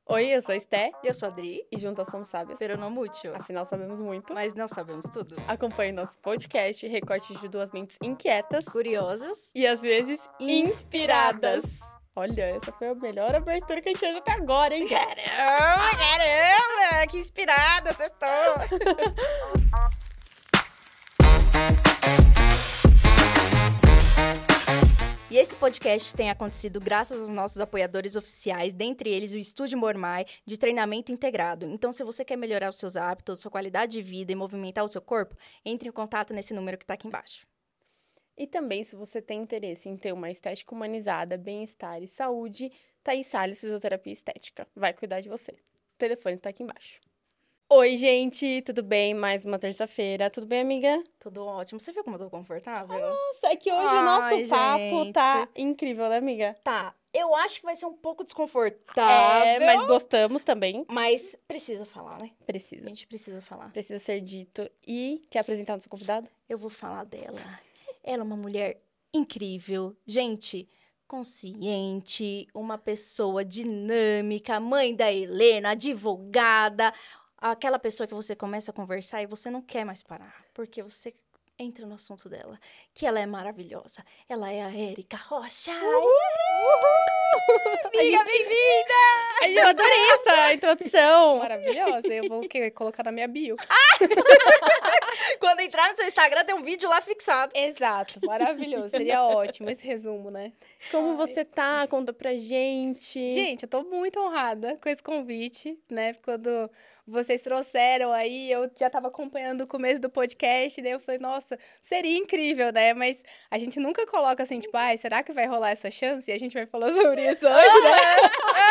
Oi, eu sou a Esté. Eu sou a Adri, E juntas somos sábias. pero no mucho. Afinal, sabemos muito. Mas não sabemos tudo. Acompanhe nosso podcast, recortes de duas mentes inquietas Curiosas e, às vezes, inspiradas. Olha, essa foi a melhor abertura que a gente fez até agora, hein? Caramba, que inspirada, sextou. E esse podcast tem acontecido graças aos nossos apoiadores oficiais, dentre eles o Estúdio Mormai, de treinamento integrado. Então, se você quer melhorar os seus hábitos, sua qualidade de vida e movimentar o seu corpo, entre em contato nesse número que está aqui embaixo. E também, se você tem interesse em ter uma estética humanizada, bem-estar e saúde, Thaís Salles Fisioterapia Estética vai cuidar de você. O telefone tá aqui embaixo. Oi, gente, tudo bem? Mais uma terça-feira. Tudo bem, amiga? Tudo ótimo. Você viu como eu tô confortável? Nossa, é que hoje o Ai, nosso papo gente. tá incrível, né, amiga? Tá, eu acho que vai ser um pouco desconfortável. Mas gostamos também. Mas precisa falar, né? A Precisa. gente precisa falar. Precisa ser dito. E quer apresentar nossa convidada? Eu vou falar dela. Ela é uma mulher incrível. Gente, consciente, uma pessoa dinâmica, mãe da Helena, advogada. Aquela pessoa que você começa a conversar e você não quer mais parar. Porque você entra no assunto dela. Que ela é maravilhosa. Ela é a Érica Rocha. Amiga, bem-vinda! Eu adorei essa introdução. Maravilhosa, eu vou colocar na minha bio. Quando entrar no seu Instagram, tem um vídeo lá fixado. Exato, maravilhoso, seria ótimo esse resumo, né? Como você tá? Conta pra gente. Gente, eu tô muito honrada com esse convite, né? Quando vocês trouxeram aí, eu já tava acompanhando o começo do podcast, daí eu falei, nossa, seria incrível, né? Mas a gente nunca coloca assim, tipo, ai, será que vai rolar essa chance? E a gente vai falar sobre isso hoje, né?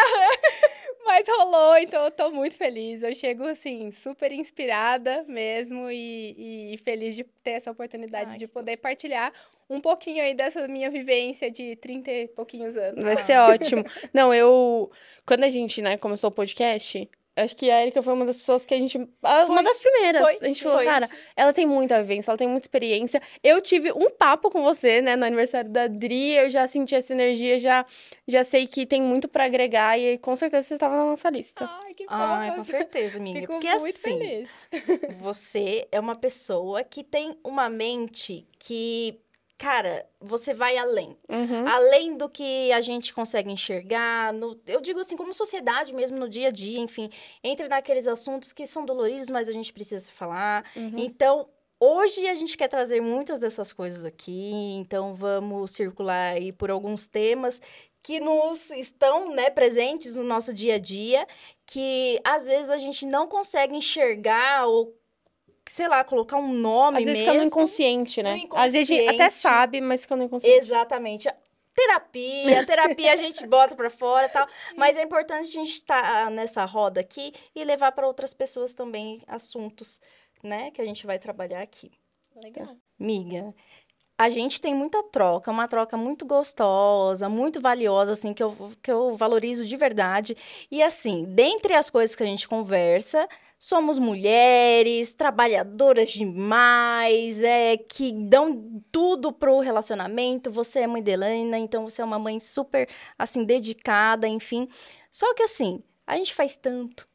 Mas rolou, então eu tô muito feliz. Eu chego, assim, super inspirada mesmo e feliz de ter essa oportunidade Ai, de que poder gostoso. partilhar um pouquinho aí dessa minha vivência de 30 e pouquinhos anos. Vai ser ótimo. Não, quando a gente, né, começou o podcast, acho que a Erika foi uma das pessoas que a gente... Uma das primeiras. Foi, A gente falou, foi. cara, ela tem muita vivência, ela tem muita experiência. Eu tive um papo com você, né, no aniversário da Adri, eu já senti essa energia, já sei que tem muito pra agregar e com certeza você estava na nossa lista. Ai, que Ai, com fofas. certeza, amiga. Fico Porque muito assim, feliz. você é uma pessoa que tem uma mente que, cara, você vai além. Uhum. Além do que a gente consegue enxergar, eu digo assim, como sociedade mesmo, no dia a dia, enfim. Entra naqueles assuntos que são doloridos, mas a gente precisa falar. Uhum. Então, hoje a gente quer trazer muitas dessas coisas aqui. Então, vamos circular aí por alguns temas que nos estão, né, presentes no nosso dia a dia, que às vezes a gente não consegue enxergar ou, sei lá, colocar um nome Às vezes mesmo. fica no inconsciente, né? No Às vezes a gente até inconsciente. sabe, mas fica no inconsciente. Exatamente. Terapia a gente bota pra fora e tal. Mas é importante a gente estar nessa roda aqui e levar para outras pessoas também assuntos, né, que a gente vai trabalhar aqui. Legal. Miga, a gente tem muita troca, uma troca muito gostosa, muito valiosa, assim, que eu valorizo de verdade. E, assim, dentre as coisas que a gente conversa, somos mulheres, trabalhadoras demais, que dão tudo pro relacionamento. Você é mãe da Helena, então você é uma mãe super, assim, dedicada, enfim. Só que, assim, a gente faz tanto,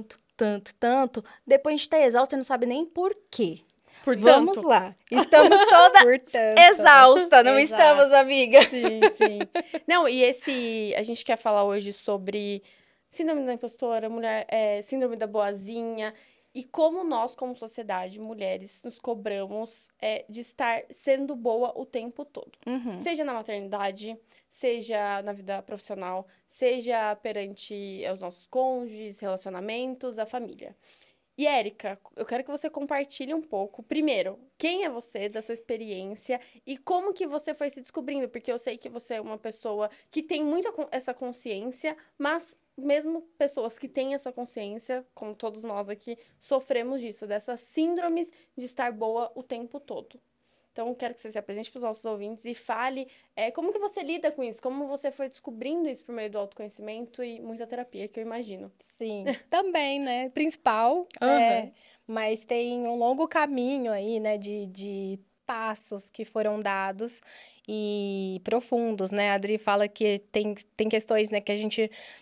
depois a gente tá exausta e não sabe nem por quê. Vamos Portanto, lá. Estamos toda Portanto, exausta, não exato. estamos, amiga? sim, sim. Não, e a gente quer falar hoje sobre síndrome da impostora, síndrome da boazinha, e como nós, como sociedade, mulheres, nos cobramos de estar sendo boa o tempo todo. Uhum. Seja na maternidade, seja na vida profissional, seja perante os nossos cônjuges, relacionamentos, a família. E, Érica, eu quero que você compartilhe um pouco, primeiro, quem é você, da sua experiência e como que você foi se descobrindo, porque eu sei que você é uma pessoa que tem essa consciência, mas mesmo pessoas que têm essa consciência, como todos nós aqui, sofremos disso, dessas síndromes de estar boa o tempo todo. Então, eu quero que você se apresente para os nossos ouvintes e fale como que você lida com isso, como você foi descobrindo isso por meio do autoconhecimento e muita terapia, que eu imagino. Sim, também, né? Principal, Aham. mas tem um longo caminho aí, né? De passos que foram dados e profundos, né? A Adri fala que tem questões, né? Que a gente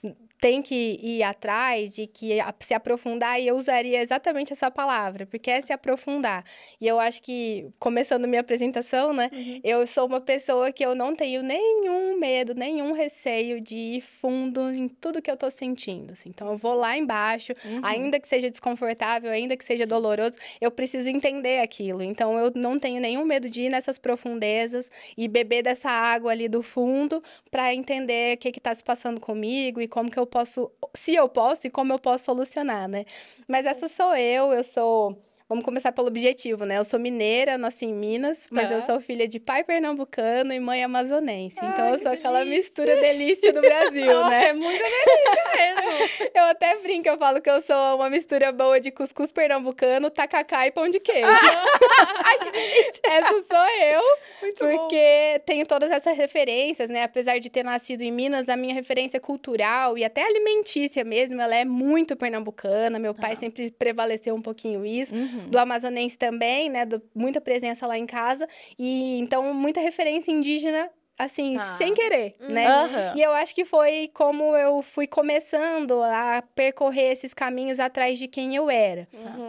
tem que ir atrás e que se aprofundar, e eu usaria exatamente essa palavra, porque é se aprofundar. E eu acho que, começando minha apresentação, né, eu sou uma pessoa que eu não tenho nenhum medo, nenhum receio de ir fundo em tudo que eu tô sentindo, assim. Então, eu vou lá embaixo, ainda que seja desconfortável, ainda que seja doloroso, eu preciso entender aquilo. Então, eu não tenho nenhum medo de ir nessas profundezas e beber dessa água ali do fundo para entender o que tá se passando comigo e como que eu posso, se eu posso e como eu posso solucionar, né? Mas essa sou eu sou... Vamos começar pelo objetivo, né? Eu sou mineira, nasci em Minas, mas eu sou filha de pai pernambucano e mãe amazonense. Então, eu sou aquela mistura delícia do Brasil, Nossa, né? é muito delícia mesmo. Eu até brinco, eu falo que eu sou uma mistura boa de cuscuz pernambucano, tacacá e pão de queijo. Ai, que delícia. Essa sou eu, Muito porque tenho todas essas referências, né? Apesar de ter nascido em Minas, a minha referência cultural e até alimentícia mesmo, ela é muito pernambucana. Meu pai sempre prevaleceu um pouquinho isso. Do amazonense também, né? Muita presença lá em casa. E então, muita referência indígena, assim, sem querer, né? E eu acho que foi como eu fui começando a percorrer esses caminhos atrás de quem eu era.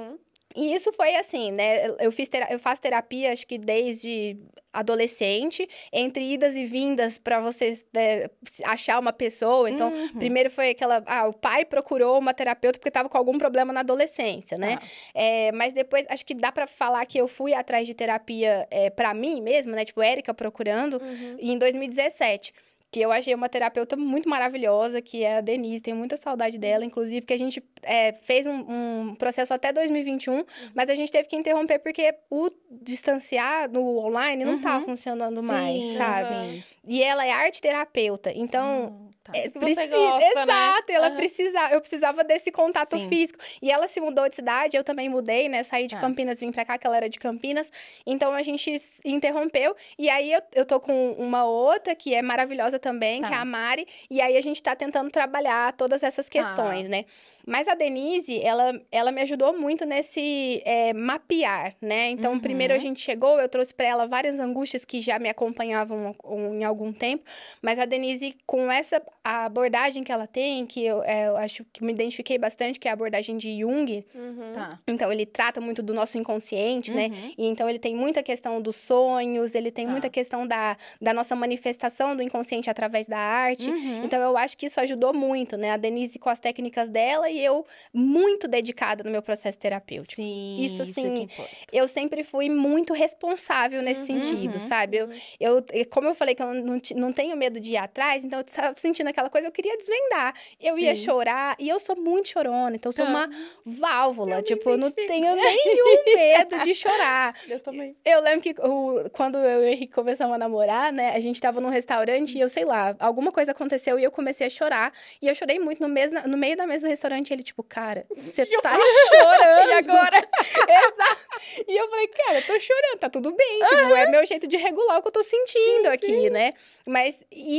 E isso foi assim, né? Eu faço terapia, acho que desde adolescente, entre idas e vindas para você achar uma pessoa. Então, primeiro foi aquela... o pai procurou uma terapeuta porque estava com algum problema na adolescência, né? Mas depois, acho que dá para falar que eu fui atrás de terapia para mim mesma, né? Tipo, Érica procurando, em 2017. Que eu achei uma terapeuta muito maravilhosa, que é a Denise, tenho muita saudade dela, inclusive, que a gente fez um processo até 2021, mas a gente teve que interromper porque o distanciar no online não tá funcionando mais, sabe? E ela é arte terapeuta, então... que você gosta, Exato, né? Eu precisava desse contato físico. E ela se mudou de cidade, eu também mudei, né? Saí de Campinas, vim pra cá, que ela era de Campinas. Então, a gente interrompeu. E aí, eu tô com uma outra, que é maravilhosa também, que é a Mari. E aí, a gente tá tentando trabalhar todas essas questões, né? Mas a Denise, ela me ajudou muito nesse mapear, né? Então, primeiro a gente chegou, eu trouxe pra ela várias angústias que já me acompanhavam em algum tempo. Mas a Denise, com a abordagem que ela tem, que eu acho que me identifiquei bastante, que é a abordagem de Jung. Então, ele trata muito do nosso inconsciente, né? E então, ele tem muita questão dos sonhos, ele tem muita questão da nossa manifestação do inconsciente através da arte. Então, eu acho que isso ajudou muito, né? A Denise com as técnicas dela e eu muito dedicada no meu processo terapêutico. Sim, isso assim, que importa. Eu sempre fui muito responsável nesse sentido, sabe? Como eu falei que eu não tenho medo de ir atrás, então eu tava sentindo aquela coisa, eu queria desvendar. Eu ia chorar, e eu sou muito chorona, então eu sou uma válvula, eu não tenho nenhum medo de chorar. Eu também. Eu lembro que quando eu e o Henrique começamos a namorar, né, a gente tava num restaurante e eu sei lá, alguma coisa aconteceu e eu comecei a chorar, e eu chorei muito no meio da mesa do restaurante, ele tipo, cara, você tá chorando. E agora? Exato. E eu falei, cara, eu tô chorando, tá tudo bem, tipo, é meu jeito de regular o que eu tô sentindo aqui, né? Mas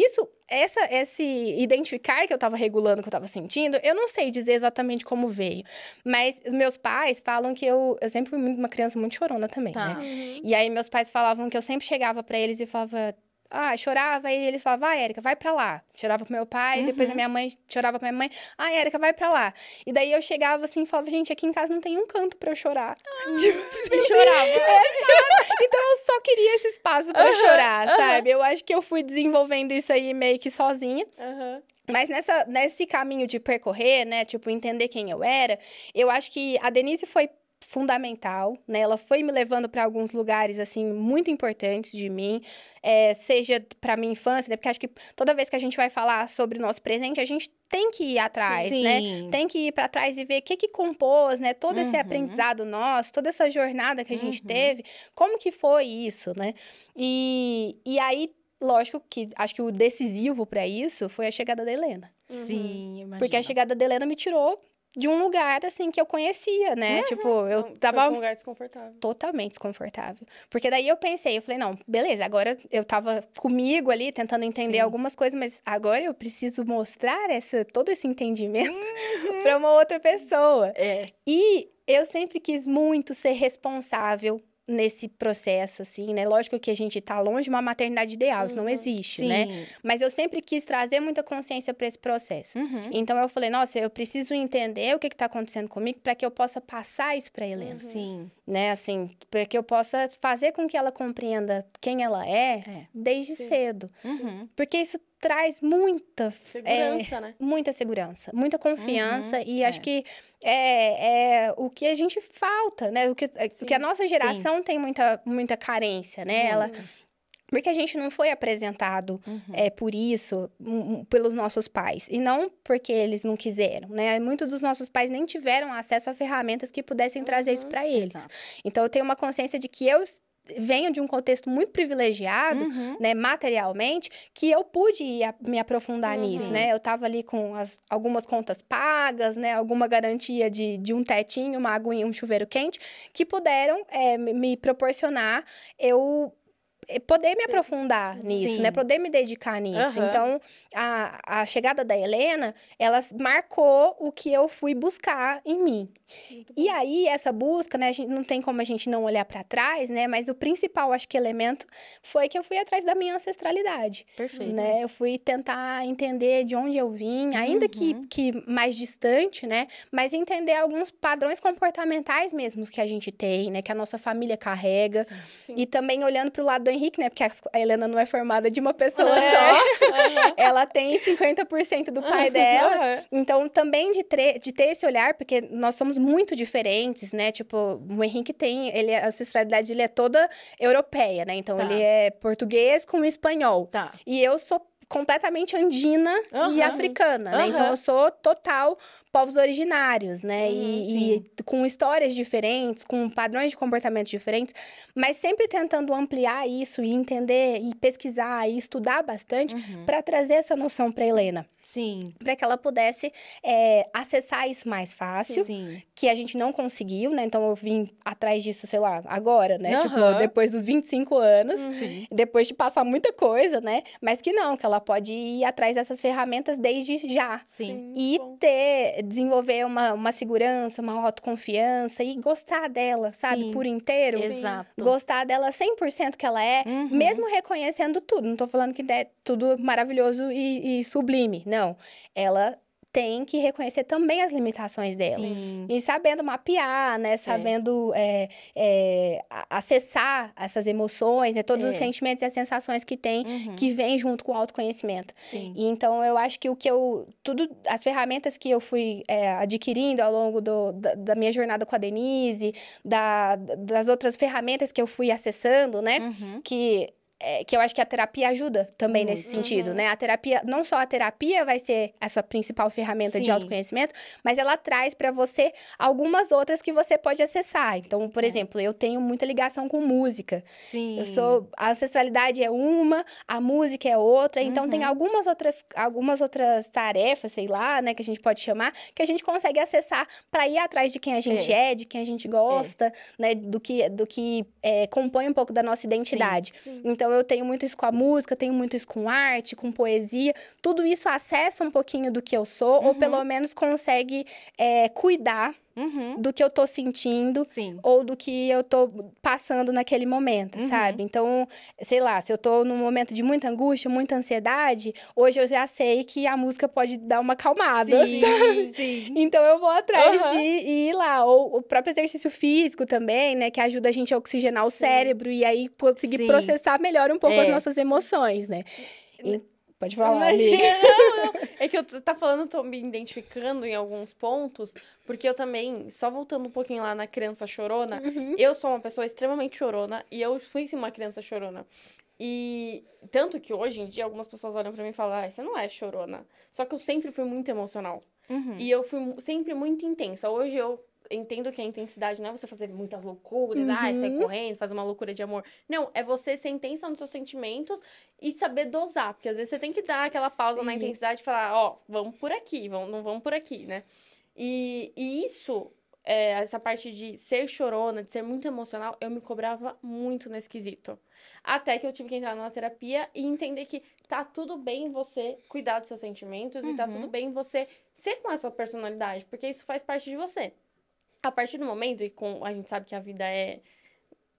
esse identificar que eu tava regulando, que eu tava sentindo, eu não sei dizer exatamente como veio. Mas meus pais falam que eu sempre fui uma criança muito chorona também, né? E aí meus pais falavam que eu sempre chegava pra eles e falava... chorava, e eles falavam, Érica, vai pra lá. Chorava pro meu pai, depois a minha mãe chorava pra minha mãe, Érica, vai pra lá. E daí eu chegava assim e falava, gente, aqui em casa não tem um canto pra eu chorar. Tipo assim, chorava. Então eu só queria esse espaço pra chorar, sabe? Eu acho que eu fui desenvolvendo isso aí meio que sozinha. Mas nesse caminho de percorrer, né, tipo, entender quem eu era, eu acho que a Denise foi fundamental, né? Ela foi me levando para alguns lugares, assim, muito importantes de mim, seja para minha infância, né? Porque acho que toda vez que a gente vai falar sobre o nosso presente, a gente tem que ir atrás, né? Tem que ir para trás e ver o que compôs, né? Todo esse aprendizado nosso, toda essa jornada que a gente teve, como que foi isso, né? E aí, lógico que acho que o decisivo para isso foi a chegada da Helena. Sim, imagina. Porque a chegada da Helena me tirou de um lugar, assim, que eu conhecia, né? Tipo, eu tava... Foi um lugar desconfortável. Totalmente desconfortável. Porque daí eu falei, não, beleza, agora eu tava comigo ali, tentando entender algumas coisas, mas agora eu preciso mostrar todo esse entendimento pra uma outra pessoa. E eu sempre quis muito ser responsável nesse processo, assim, né? Lógico que a gente tá longe de uma maternidade ideal, isso não existe, Sim. né? Mas eu sempre quis trazer muita consciência para esse processo. Então, eu falei, nossa, eu preciso entender o que tá acontecendo comigo para que eu possa passar isso pra Helena. Sim. Né, assim, para que eu possa fazer com que ela compreenda quem ela é desde cedo. Porque isso traz muita segurança, né? Muita segurança, muita confiança e acho que é o que a gente falta, né? O que a nossa geração tem muita carência, né? Porque a gente não foi apresentado por isso, pelos nossos pais. E não porque eles não quiseram, né? Muitos dos nossos pais nem tiveram acesso a ferramentas que pudessem trazer isso para eles. Exato. Então, eu tenho uma consciência de que eu venho de um contexto muito privilegiado, né, materialmente, que eu pude me aprofundar nisso, né? Eu tava ali com algumas contas pagas, né? Alguma garantia de um tetinho, uma aguinha, um chuveiro quente, que puderam me proporcionar poder me aprofundar nisso, né? Poder me dedicar nisso. Então, a chegada da Helena, ela marcou o que eu fui buscar em mim. E aí, essa busca, né? A gente, não tem como a gente não olhar para trás, né? Mas o principal, acho que, elemento foi que eu fui atrás da minha ancestralidade. Perfeito. Né? Eu fui tentar entender de onde eu vim, ainda que mais distante, né? Mas entender alguns padrões comportamentais mesmos que a gente tem, né? Que a nossa família carrega. Sim. E também olhando pro lado do Henrique, né? Porque a Helena não é formada de uma pessoa só. Ela tem 50% do pai dela. Então, também de ter esse olhar, porque nós somos muito diferentes, né? Tipo, o Henrique a ancestralidade dele é toda europeia, né? Então, ele é português com espanhol. E eu sou completamente andina e africana, né? Então, eu sou total povos originários, né? E com histórias diferentes, com padrões de comportamento diferentes, mas sempre tentando ampliar isso e entender e pesquisar e estudar bastante para trazer essa noção para Helena. Sim. Para que ela pudesse acessar isso mais fácil, que a gente não conseguiu, né? Então, eu vim atrás disso, sei lá, agora, né? Tipo, depois dos 25 anos, depois de passar muita coisa, né? Mas que ela pode ir atrás dessas ferramentas desde já. E desenvolver uma segurança, uma autoconfiança e gostar dela, sabe? Por inteiro. Exato. Gostar dela 100% que ela é, mesmo reconhecendo tudo. Não tô falando que é tudo maravilhoso e sublime, não. Ela tem que reconhecer também as limitações dela. E sabendo mapear, né? Sabendo acessar essas emoções, né? Todos os sentimentos e as sensações que tem, que vêm junto com o autoconhecimento. E então, eu acho que as ferramentas que eu fui adquirindo ao longo da minha jornada com a Denise, das outras ferramentas que eu fui acessando, né? Que eu acho que a terapia ajuda também nesse sentido, né? A terapia, não só a terapia vai ser a sua principal ferramenta de autoconhecimento, mas ela traz para você algumas outras que você pode acessar. Então, por exemplo, eu tenho muita ligação com música. A ancestralidade é uma, a música é outra. Então, tem algumas outras tarefas, sei lá, né? Que a gente pode chamar, que a gente consegue acessar para ir atrás de quem a gente de quem a gente gosta, né? Do que compõe um pouco da nossa identidade. Então, eu tenho muito isso com a música, tenho muito isso com arte, com poesia. Tudo isso acessa um pouquinho do que eu sou, ou pelo menos consegue cuidar do que eu tô sentindo, ou do que eu tô passando naquele momento, sabe? Então, sei lá, se eu tô num momento de muita angústia, muita ansiedade, hoje eu já sei que a música pode dar uma acalmada, sabe? Então, eu vou atrás de ir lá. Ou o próprio exercício físico também, né? Que ajuda a gente a oxigenar o cérebro e aí conseguir processar melhor um pouco as nossas emoções, né? Pode falar, amiga. Não. É que tá falando, tô me identificando em alguns pontos, porque eu também, só voltando um pouquinho lá na criança chorona, eu sou uma pessoa extremamente chorona, e eu fui sim uma criança chorona. E tanto que hoje em dia algumas pessoas olham pra mim e falam, você não é chorona. Só que eu sempre fui muito emocional. E eu fui sempre muito intensa. Hoje eu entendo que a intensidade não é você fazer muitas loucuras, sair correndo, fazer uma loucura de amor. Não, é você ser intensa nos seus sentimentos e saber dosar. Porque às vezes você tem que dar aquela pausa na intensidade e falar, vamos por aqui, não vamos por aqui, né? E isso, essa parte de ser chorona, de ser muito emocional, eu me cobrava muito nesse quesito. Até que eu tive que entrar na terapia e entender que tá tudo bem você cuidar dos seus sentimentos e tá tudo bem você ser com essa personalidade, porque isso faz parte de você. A partir do momento, a gente sabe que a vida é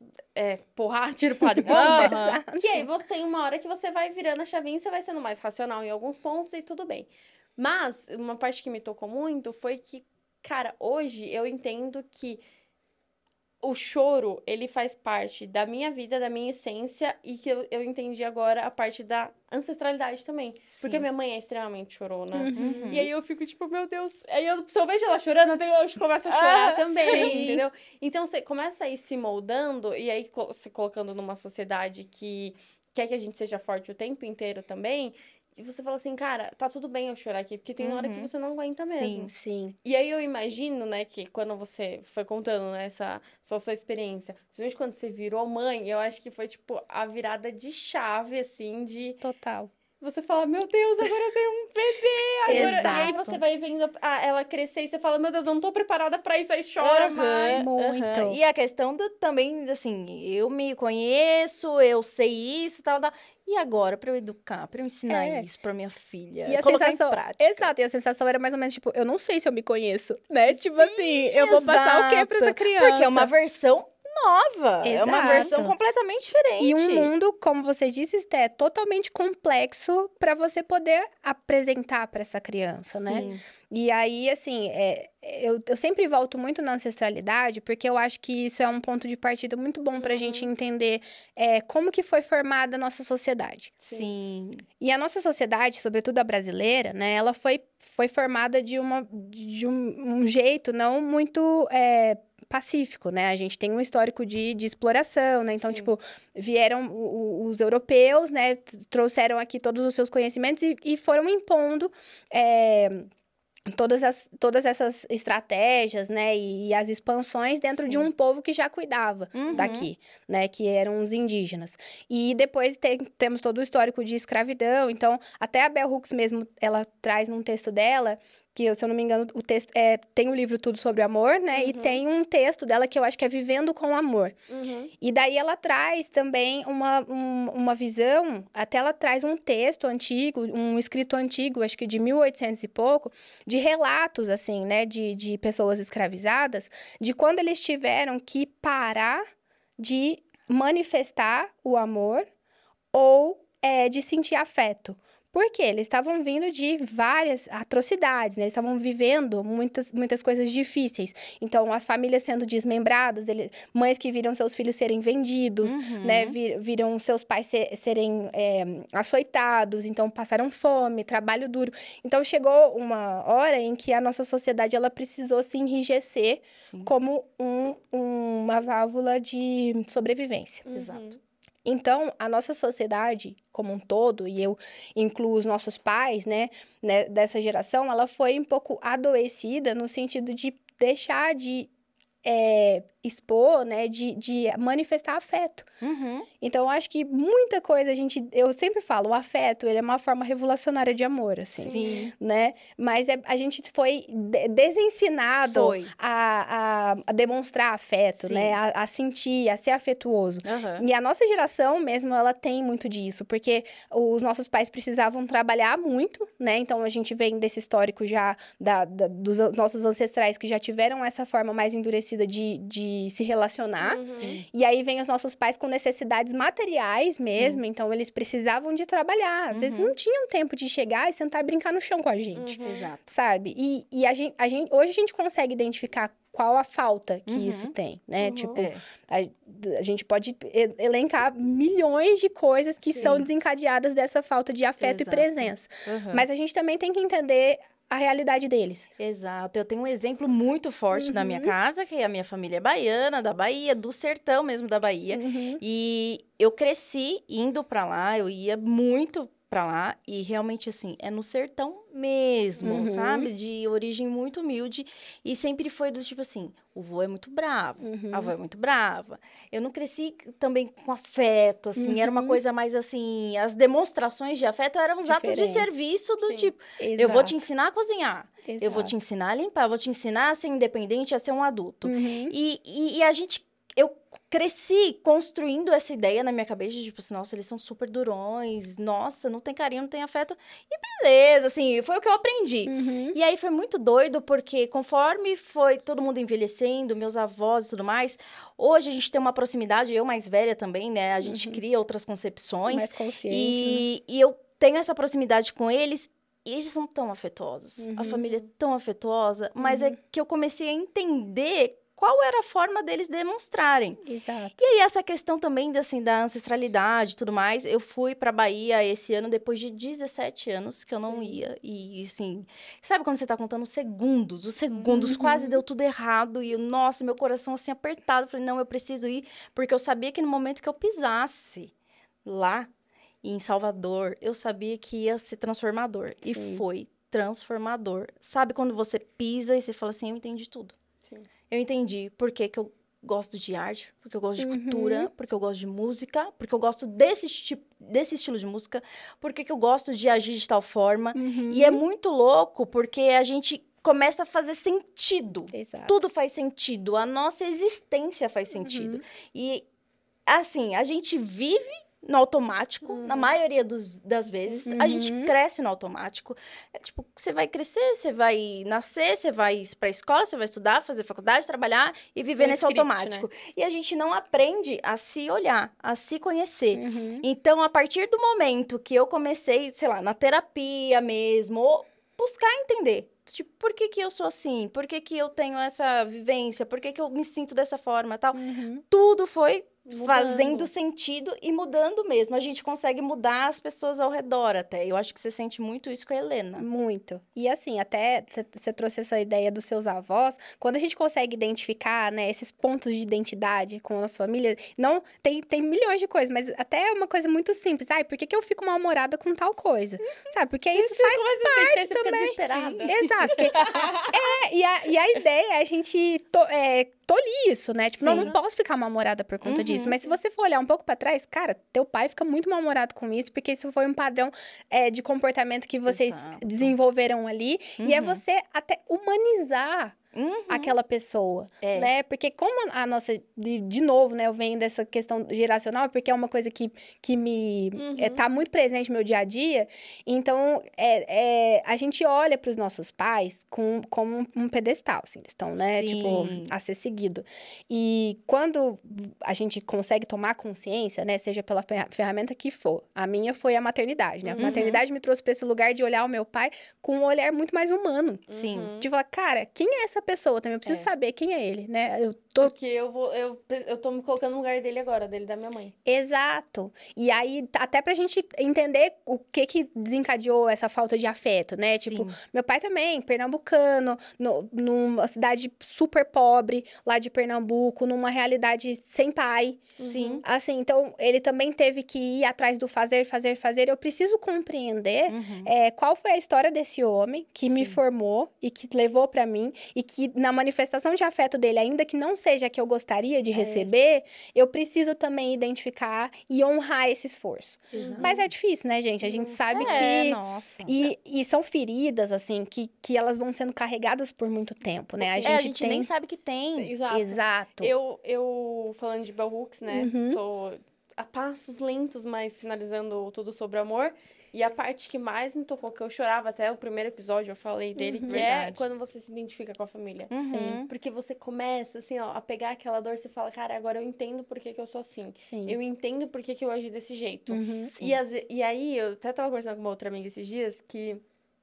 tiro, porrada e bomba. Exato. Que aí você tem uma hora que você vai virando a chavinha e você vai sendo mais racional em alguns pontos e tudo bem. Mas, uma parte que me tocou muito foi que, cara, hoje eu entendo que o choro, ele faz parte da minha vida, da minha essência, e que eu entendi agora a parte da ancestralidade também. Porque minha mãe é extremamente chorona. Uhum. E aí eu fico tipo, meu Deus. Aí se eu vejo ela chorando, eu começo a chorar também, sim. entendeu? Então você começa a ir se moldando, e aí se colocando numa sociedade que quer que a gente seja forte o tempo inteiro também. E você fala assim, cara, tá tudo bem eu chorar aqui, porque tem hora que você não aguenta mesmo. Sim. E aí eu imagino, né, que quando você foi contando, né, sua experiência, principalmente quando você virou mãe, eu acho que foi, tipo, a virada de chave, assim, de... Total. Você fala, meu Deus, agora eu tenho um bebê, agora... Exato. E aí você vai vendo ela crescer e você fala, meu Deus, eu não tô preparada pra isso, aí chora mais. Muito. E a questão também, assim, eu me conheço, eu sei isso, tal. E agora, pra eu educar, pra eu ensinar isso pra minha filha, E a colocar sensação, em prática. exato, e a sensação era mais ou menos, tipo, eu não sei se eu me conheço, né? Tipo assim, eu vou passar o quê pra essa criança? Porque é uma versão nova, é uma Exato. versão completamente diferente. E um mundo, como você disse, Esté, totalmente complexo pra você poder apresentar pra essa criança, né? Sim. E aí, assim, eu sempre volto muito na ancestralidade, porque eu acho que isso é um ponto de partida muito bom pra gente entender como que foi formada a nossa sociedade. Sim. E a nossa sociedade, sobretudo a brasileira, né, ela foi formada de um jeito não muito pacífico, né? A gente tem um histórico de exploração, né? Então, tipo, vieram os europeus, né? Trouxeram aqui todos os seus conhecimentos e foram impondo todas essas estratégias, né, e as expansões dentro de um povo que já cuidava daqui, né, que eram os indígenas. E depois temos todo o histórico de escravidão, então, até a Bell Hooks mesmo, ela traz num texto dela, que, se eu não me engano, o texto tem o livro Tudo Sobre Amor, né, e tem um texto dela que eu acho que é Vivendo com Amor. E daí ela traz também uma visão, até ela traz um texto antigo, um escrito antigo, acho que de 1800 e pouco, de relatos, assim, né, de pessoas escravizadas, de quando eles tiveram que parar de manifestar o amor ou de sentir afeto. Porque eles estavam vindo de várias atrocidades, né? Eles estavam vivendo muitas coisas difíceis. Então, as famílias sendo desmembradas, mães que viram seus filhos serem vendidos, né? Viram seus pais serem açoitados, então passaram fome, trabalho duro. Então, chegou uma hora em que a nossa sociedade ela precisou se enrijecer como uma válvula de sobrevivência. Exato. Então, a nossa sociedade como um todo, e eu incluo os nossos pais, né, dessa geração, ela foi um pouco adoecida no sentido de deixar de expor, né, de manifestar afeto. Então, eu acho que muita coisa eu sempre falo, o afeto, ele é uma forma revolucionária de amor, assim, né? Mas a gente foi desensinado a demonstrar afeto, né? A sentir, a ser afetuoso. E a nossa geração mesmo, ela tem muito disso, porque os nossos pais precisavam trabalhar muito, né? Então, a gente vem desse histórico já dos nossos ancestrais que já tiveram essa forma mais endurecida de se relacionar. E aí vem os nossos pais com necessidades materiais mesmo, então eles precisavam de trabalhar. Às vezes não tinham tempo de chegar e sentar e brincar no chão com a gente. Exato. Sabe? E hoje a gente consegue identificar qual a falta que isso tem, né? Tipo, a gente pode elencar milhões de coisas que são desencadeadas dessa falta de afeto e presença. Mas a gente também tem que entender a realidade deles. Exato. Eu tenho um exemplo muito forte na minha casa, que a minha família é baiana, da Bahia, do sertão mesmo da Bahia. E eu cresci indo pra lá, eu ia muito pra lá, e realmente, assim, é no sertão mesmo, sabe? De origem muito humilde, e sempre foi do tipo assim, o vô é muito bravo, a avó é muito brava. Eu não cresci também com afeto, assim, era uma coisa mais assim, as demonstrações de afeto eram os atos de serviço do tipo, eu vou te ensinar a cozinhar, eu vou te ensinar a limpar, eu vou te ensinar a ser independente, a ser um adulto. E a gente... Eu cresci construindo essa ideia na minha cabeça, tipo assim, nossa, eles são super durões, nossa, não tem carinho, não tem afeto. E beleza, assim, foi o que eu aprendi. Uhum. E aí foi muito doido, porque conforme foi todo mundo envelhecendo, meus avós e tudo mais, hoje a gente tem uma proximidade, eu mais velha também, né? A gente cria outras concepções. Mais consciente, E eu tenho essa proximidade com eles. E eles são tão afetuosos. A Uhum. família é tão afetuosa. Mas é que eu comecei a entender qual era a forma deles demonstrarem. Exato. E aí, essa questão também, assim, da ancestralidade e tudo mais. Eu fui pra Bahia esse ano, depois de 17 anos que eu não ia. E, assim, sabe quando você tá contando os segundos, quase deu tudo errado. E, nossa, meu coração, assim, apertado. Eu falei, não, eu preciso ir. Porque eu sabia que no momento que eu pisasse lá, em Salvador, eu sabia que ia ser transformador. E Sim. foi transformador. Sabe quando você pisa e você fala assim, eu entendi tudo. Sim. Eu entendi por que que eu gosto de arte, porque eu gosto de cultura, porque eu gosto de música, porque eu gosto desse estilo de música, porque que eu gosto de agir de tal forma. E é muito louco, porque a gente começa a fazer sentido. Exato. Tudo faz sentido. A nossa existência faz sentido. E, assim, a gente vive no automático, na maioria das vezes. A gente cresce no automático. É tipo, você vai crescer, você vai nascer, você vai pra escola, você vai estudar, fazer faculdade, trabalhar e viver Um nesse script, automático. né? E a gente não aprende a se olhar, a se conhecer. Uhum. Então, a partir do momento que eu comecei, sei lá, na terapia mesmo, ou buscar entender. Tipo, por que que eu sou assim? Por que que eu tenho essa vivência? Por que que eu me sinto dessa forma e tal? Tudo foi fazendo sentido e mudando mesmo. A gente consegue mudar as pessoas ao redor até. Eu acho que você sente muito isso com a Helena. Muito. E assim, até você trouxe essa ideia dos seus avós, quando a gente consegue identificar, né, esses pontos de identidade com a nossa família, não, tem milhões de coisas, mas até é uma coisa muito simples. Ai, por que que eu fico mal-humorada com tal coisa? Sabe? Porque isso faz parte Você também. fica desesperada. Exato. E a ideia é a gente tolir isso, né? Tipo, não posso ficar mal-humorada por conta disso. Mas se você for olhar um pouco pra trás, cara, teu pai fica muito mal-humorado com isso, porque isso foi um padrão de comportamento que vocês Exato. desenvolveram ali. E é você até humanizar aquela pessoa, É. né? Porque como a nossa... De novo, né? Eu venho dessa questão geracional, porque é uma coisa que me... tá muito presente no meu dia a dia. Então, a gente olha para os nossos pais como um pedestal, assim. Eles estão, né? Sim. Tipo, a ser seguido. E quando a gente consegue tomar consciência, né? Seja pela ferramenta que for. A minha foi a maternidade, né? A maternidade me trouxe para esse lugar de olhar o meu pai com um olhar muito mais humano. Sim. De falar, cara, quem é essa pessoa também? Eu preciso saber quem é ele, né? Porque eu tô me colocando no lugar dele agora, dele da minha mãe. Exato. E aí, até pra gente entender o que desencadeou essa falta de afeto, né? Tipo, meu pai também, pernambucano, numa cidade super pobre, lá de Pernambuco, numa realidade sem pai. Sim. Assim, então, ele também teve que ir atrás do fazer. Eu preciso compreender qual foi a história desse homem que me formou e que levou pra mim, e que na manifestação de afeto dele, ainda que não seja a que eu gostaria de receber, eu preciso também identificar e honrar esse esforço. Mas é difícil, né, gente? A gente sabe que... Nossa. E são feridas, assim, que elas vão sendo carregadas por muito tempo, né? A gente nem sabe que tem. Exato. Eu falando de Bell Hooks, né? Tô a passos lentos, mas finalizando tudo sobre amor. E a parte que mais me tocou, que eu chorava até o primeiro episódio, eu falei dele, que é quando você se identifica com a família. Sim. Porque você começa, assim, ó, a pegar aquela dor, você fala, cara, agora eu entendo por que eu sou assim. Sim. Eu entendo por que eu agi desse jeito. E aí, eu até tava conversando com uma outra amiga esses dias, que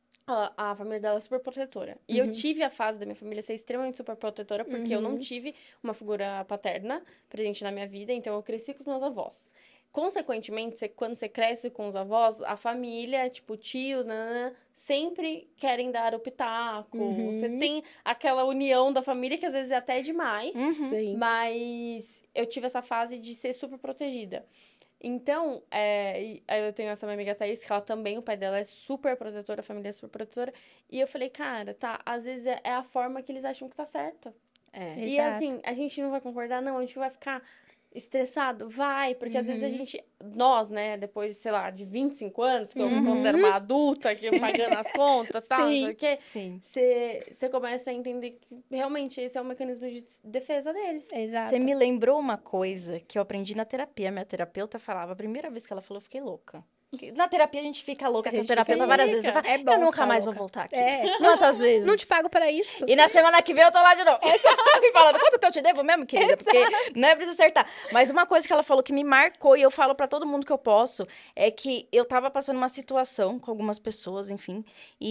a família dela é super protetora. E eu tive a fase da minha família ser extremamente super protetora, porque eu não tive uma figura paterna presente na minha vida, então eu cresci com os meus avós. Consequentemente, quando você cresce com os avós, a família, tipo, tios, sempre querem dar o pitaco. Você tem aquela união da família que às vezes é até demais. Sim. Mas eu tive essa fase de ser super protegida. Então, aí eu tenho essa minha amiga Thaís, que ela também, o pai dela é super protetor, a família é super protetora. E eu falei, cara, tá, às vezes é a forma que eles acham que tá certa. E Exato. assim, a gente não vai concordar, não, a gente vai ficar estressado? Vai, porque às vezes nós, né, depois, sei lá, de 25 anos, que eu me considero uma adulta, que pagando as contas, tal, não sei o quê, Sim. você começa a entender que realmente esse é o mecanismo de defesa deles. Exato. Você me lembrou uma coisa que eu aprendi na terapia. Minha terapeuta falava, a primeira vez que ela falou, eu fiquei louca. Na terapia a gente fica louca, A com o gente terapeuta fica várias louca. vezes. Você fala, É bom eu nunca ficar mais louca. vou voltar aqui. É. Quantas vezes? Não te pago para isso. E na semana que vem eu tô lá de novo. Me falando, quanto que eu te devo mesmo, querida? Porque não é preciso acertar. Mas uma coisa que ela falou que me marcou, e eu falo pra todo mundo que eu posso, é que eu tava passando uma situação com algumas pessoas, enfim,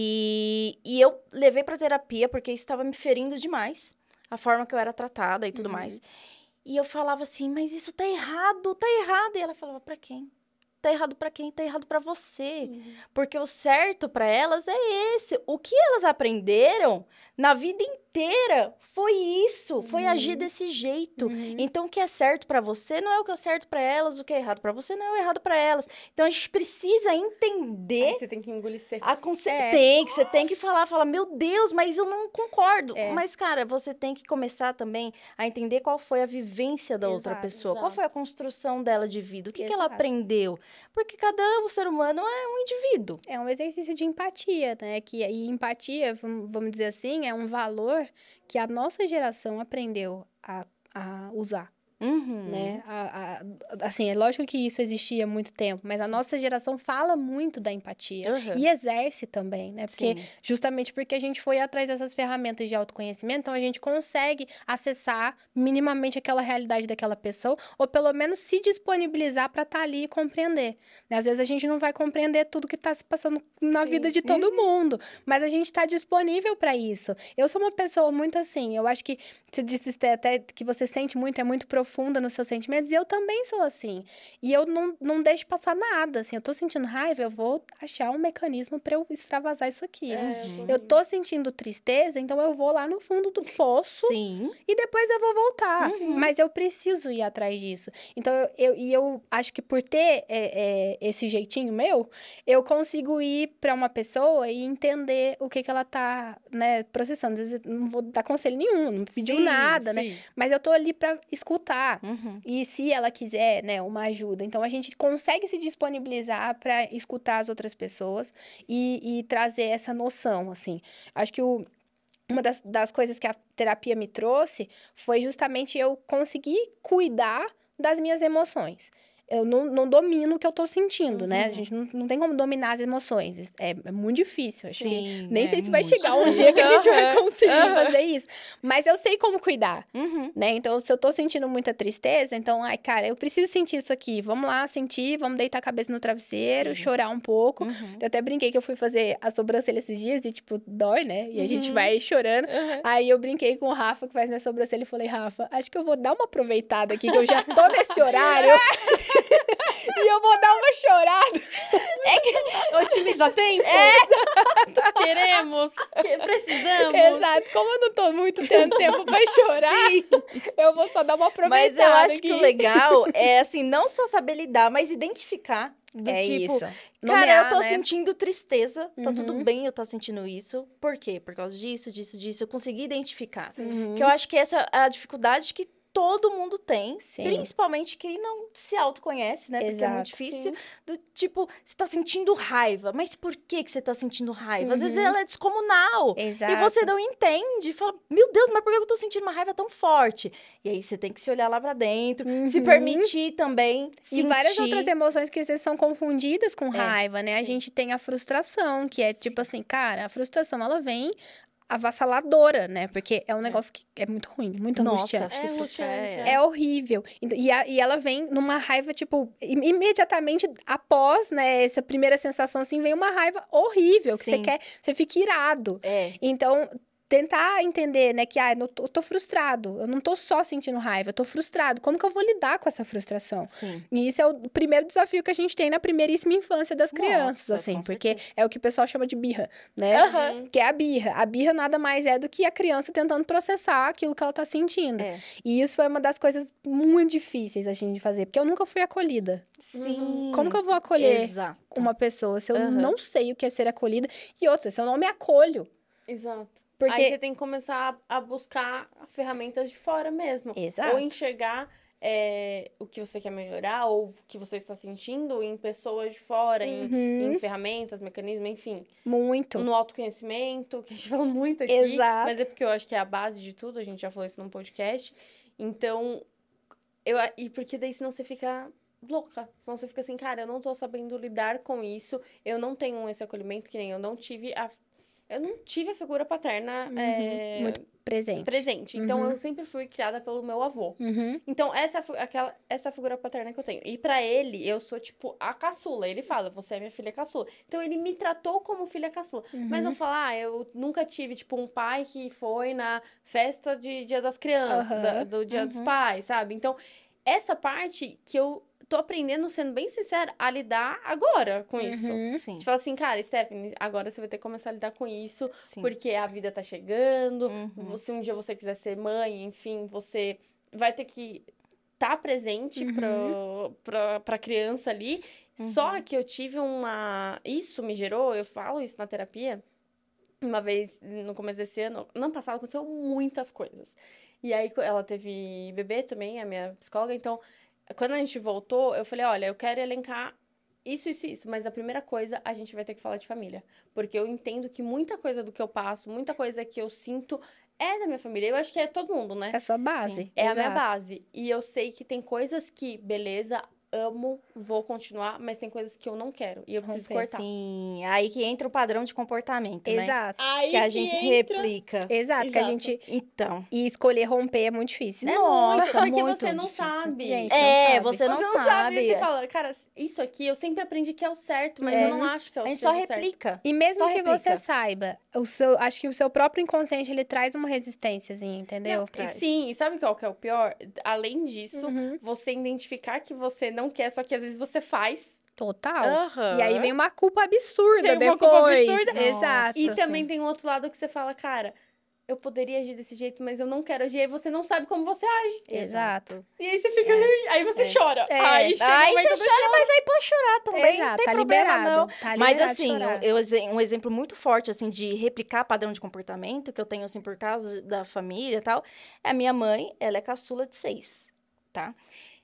e eu levei pra terapia porque isso estava me ferindo demais. A forma que eu era tratada e tudo mais. E eu falava assim, mas isso tá errado, tá errado. E ela falava, pra quem? Tá errado pra quem? Tá errado pra você. Porque o certo pra elas é esse. O que elas aprenderam na vida inteira foi isso, foi agir desse jeito. Então, o que é certo pra você não é o que é certo pra elas, o que é errado pra você não é o errado pra elas. Então, a gente precisa entender. Aí você tem que engolir seco. Você tem que falar, meu Deus, mas eu não concordo. Mas, cara, você tem que começar também a entender qual foi a vivência da outra pessoa, qual foi a construção dela de vida, o que ela aprendeu. Porque cada ser humano é um indivíduo. É um exercício de empatia, né? E empatia, vamos dizer assim, é um valor que a nossa geração aprendeu a usar. Né? Assim, é lógico que isso existia há muito tempo, mas a nossa geração fala muito da empatia e exerce também, né? Porque justamente porque a gente foi atrás dessas ferramentas de autoconhecimento, então a gente consegue acessar minimamente aquela realidade daquela pessoa, ou pelo menos se disponibilizar para estar ali e compreender. Né? Às vezes a gente não vai compreender tudo que está se passando na vida de todo mundo, mas a gente está disponível para isso. Eu sou uma pessoa muito assim, eu acho que você disse até que você sente muito, é muito profunda nos seus sentimentos, e eu também sou assim. E eu não deixo passar nada, assim, eu tô sentindo raiva, eu vou achar um mecanismo pra eu extravasar isso aqui. Eu tô sentindo tristeza, então eu vou lá no fundo do poço e depois eu vou voltar. Mas eu preciso ir atrás disso. Então, eu acho que por ter esse jeitinho meu, eu consigo ir pra uma pessoa e entender o que ela tá, né, processando. Às vezes eu não vou dar conselho nenhum, não pediu nada, né? Mas eu tô ali pra escutar. E se ela quiser, né, uma ajuda. Então, a gente consegue se disponibilizar para escutar as outras pessoas e trazer essa noção, assim. Acho que uma das coisas que a terapia me trouxe foi justamente eu conseguir cuidar das minhas emoções. Eu não domino o que eu tô sentindo, né? A gente não tem como dominar as emoções. É muito difícil. Acho que nem sei se vai chegar um dia que a gente vai conseguir fazer isso. Mas eu sei como cuidar, né? Então, se eu tô sentindo muita tristeza, então, ai, cara, eu preciso sentir isso aqui. Vamos lá, sentir, vamos deitar a cabeça no travesseiro, chorar um pouco. Eu até brinquei que eu fui fazer a sobrancelha esses dias e, tipo, dói, né? E a gente vai chorando. Aí eu brinquei com o Rafa, que faz minha sobrancelha, e falei, Rafa, acho que eu vou dar uma aproveitada aqui, que eu já tô nesse horário. E eu vou dar uma chorada. Otimiza tempo. Queremos. Precisamos. Exato. Como eu não tô muito tendo tempo pra chorar, eu vou só dar uma aproveitada. Mas eu acho aqui. que o legal é, assim, não só saber lidar, mas identificar. Do tipo, isso. Cara, Nomear, eu tô né? sentindo tristeza. Tá tudo bem eu tô sentindo isso. Por quê? Por causa disso. Eu consegui identificar. Que eu acho que essa é a dificuldade que todo mundo tem, principalmente quem não se autoconhece, né? Porque é muito difícil. Do tipo, você tá sentindo raiva, mas por que você tá sentindo raiva? Às vezes ela é descomunal. Exato. E você não entende. Fala, meu Deus, mas por que eu tô sentindo uma raiva tão forte? E aí você tem que se olhar lá pra dentro, se permitir também sentir. E várias outras emoções que às vezes são confundidas com raiva, né? A gente tem a frustração, que é tipo assim, cara, a frustração, ela vem avassaladora, né? Porque é um negócio que é muito ruim, muito angustiante. Se frustrar É horrível. E ela vem numa raiva, tipo, imediatamente após, né, essa primeira sensação, assim, vem uma raiva horrível, que você fica irado. Então, tentar entender, né, que, eu tô frustrado, eu não tô só sentindo raiva, eu tô frustrado. Como que eu vou lidar com essa frustração? E isso é o primeiro desafio que a gente tem na primeiríssima infância das crianças, assim, porque é o que o pessoal chama de birra, né? Que é a birra. A birra nada mais é do que a criança tentando processar aquilo que ela tá sentindo. E isso foi uma das coisas muito difíceis, assim, de fazer, porque eu nunca fui acolhida. Como que eu vou acolher uma pessoa se eu não sei o que é ser acolhida? E outra, se eu não me acolho. Exato. Porque aí você tem que começar a buscar ferramentas de fora mesmo. Exato. Ou enxergar o que você quer melhorar ou o que você está sentindo em pessoas de fora, em ferramentas, mecanismos, enfim. Muito. No autoconhecimento, que a gente fala muito aqui. Exato. Mas é porque eu acho que é a base de tudo, a gente já falou isso num podcast. Então, e porque daí senão você fica louca. Senão você fica assim, cara, eu não tô sabendo lidar com isso, eu não tenho esse acolhimento, que nem eu não tive a figura paterna Muito presente. Então, eu sempre fui criada pelo meu avô. Uhum. Então, essa figura paterna que eu tenho. E pra ele, eu sou, tipo, a caçula. Ele fala, você é minha filha caçula. Então, ele me tratou como filha caçula. Mas eu falo, eu nunca tive, tipo, um pai que foi na festa de Dia das Crianças, do Dia dos Pais, sabe? Então, essa parte que eu tô aprendendo, sendo bem sincera, a lidar agora com isso. Sim. Você fala assim, cara, Stephanie, agora você vai ter que começar a lidar com isso, Sim. porque a vida tá chegando, se um dia você quiser ser mãe, enfim, você vai ter que estar presente pra criança ali. Só que eu tive isso me gerou, eu falo isso na terapia, uma vez, no começo desse ano passado, aconteceu muitas coisas. E aí, ela teve bebê também, a minha psicóloga, então, quando a gente voltou, eu falei, olha, eu quero elencar isso, mas a primeira coisa, a gente vai ter que falar de família. Porque eu entendo que muita coisa do que eu passo, muita coisa que eu sinto é da minha família. Eu acho que é todo mundo, né? É a sua base. Sim. É a minha base. E eu sei que tem coisas que, beleza, amo, vou continuar, mas tem coisas que eu não quero. E eu preciso cortar. Sim, aí que entra o padrão de comportamento, né? Exato. Aí Que a gente replica. Exato, que a gente... Então. E escolher romper é muito difícil. É Nossa, porque muito você não difícil. sabe. Gente, não sabe. Você não sabe. sabe. Você fala, cara, isso aqui eu sempre aprendi que é o certo, mas eu não acho que é o A gente certo. só replica. E mesmo Só que replica. você saiba, acho que o seu próprio inconsciente, ele traz uma resistênciazinha, entendeu? Não, e sim, e sabe qual que é o pior? Além disso, Uhum. você identificar que você não quer, só que às vezes você faz. Total. Aham. E aí vem uma culpa absurda Tem uma depois. culpa absurda. Exato. E Nossa, também sim. tem um outro lado que você fala, cara, eu poderia agir desse jeito, mas eu não quero agir. Aí você não sabe como você age. Exato. E aí você fica. Aí você chora. É. Aí chega Aí um momento você chora, mas aí pode chorar também. Exato, não tem tá problema, liberado. não. Tá Mas liberado assim, chorar. um exemplo muito forte, assim, de replicar padrão de comportamento que eu tenho, assim, por causa da família e tal, é a minha mãe, ela é caçula de 6, tá?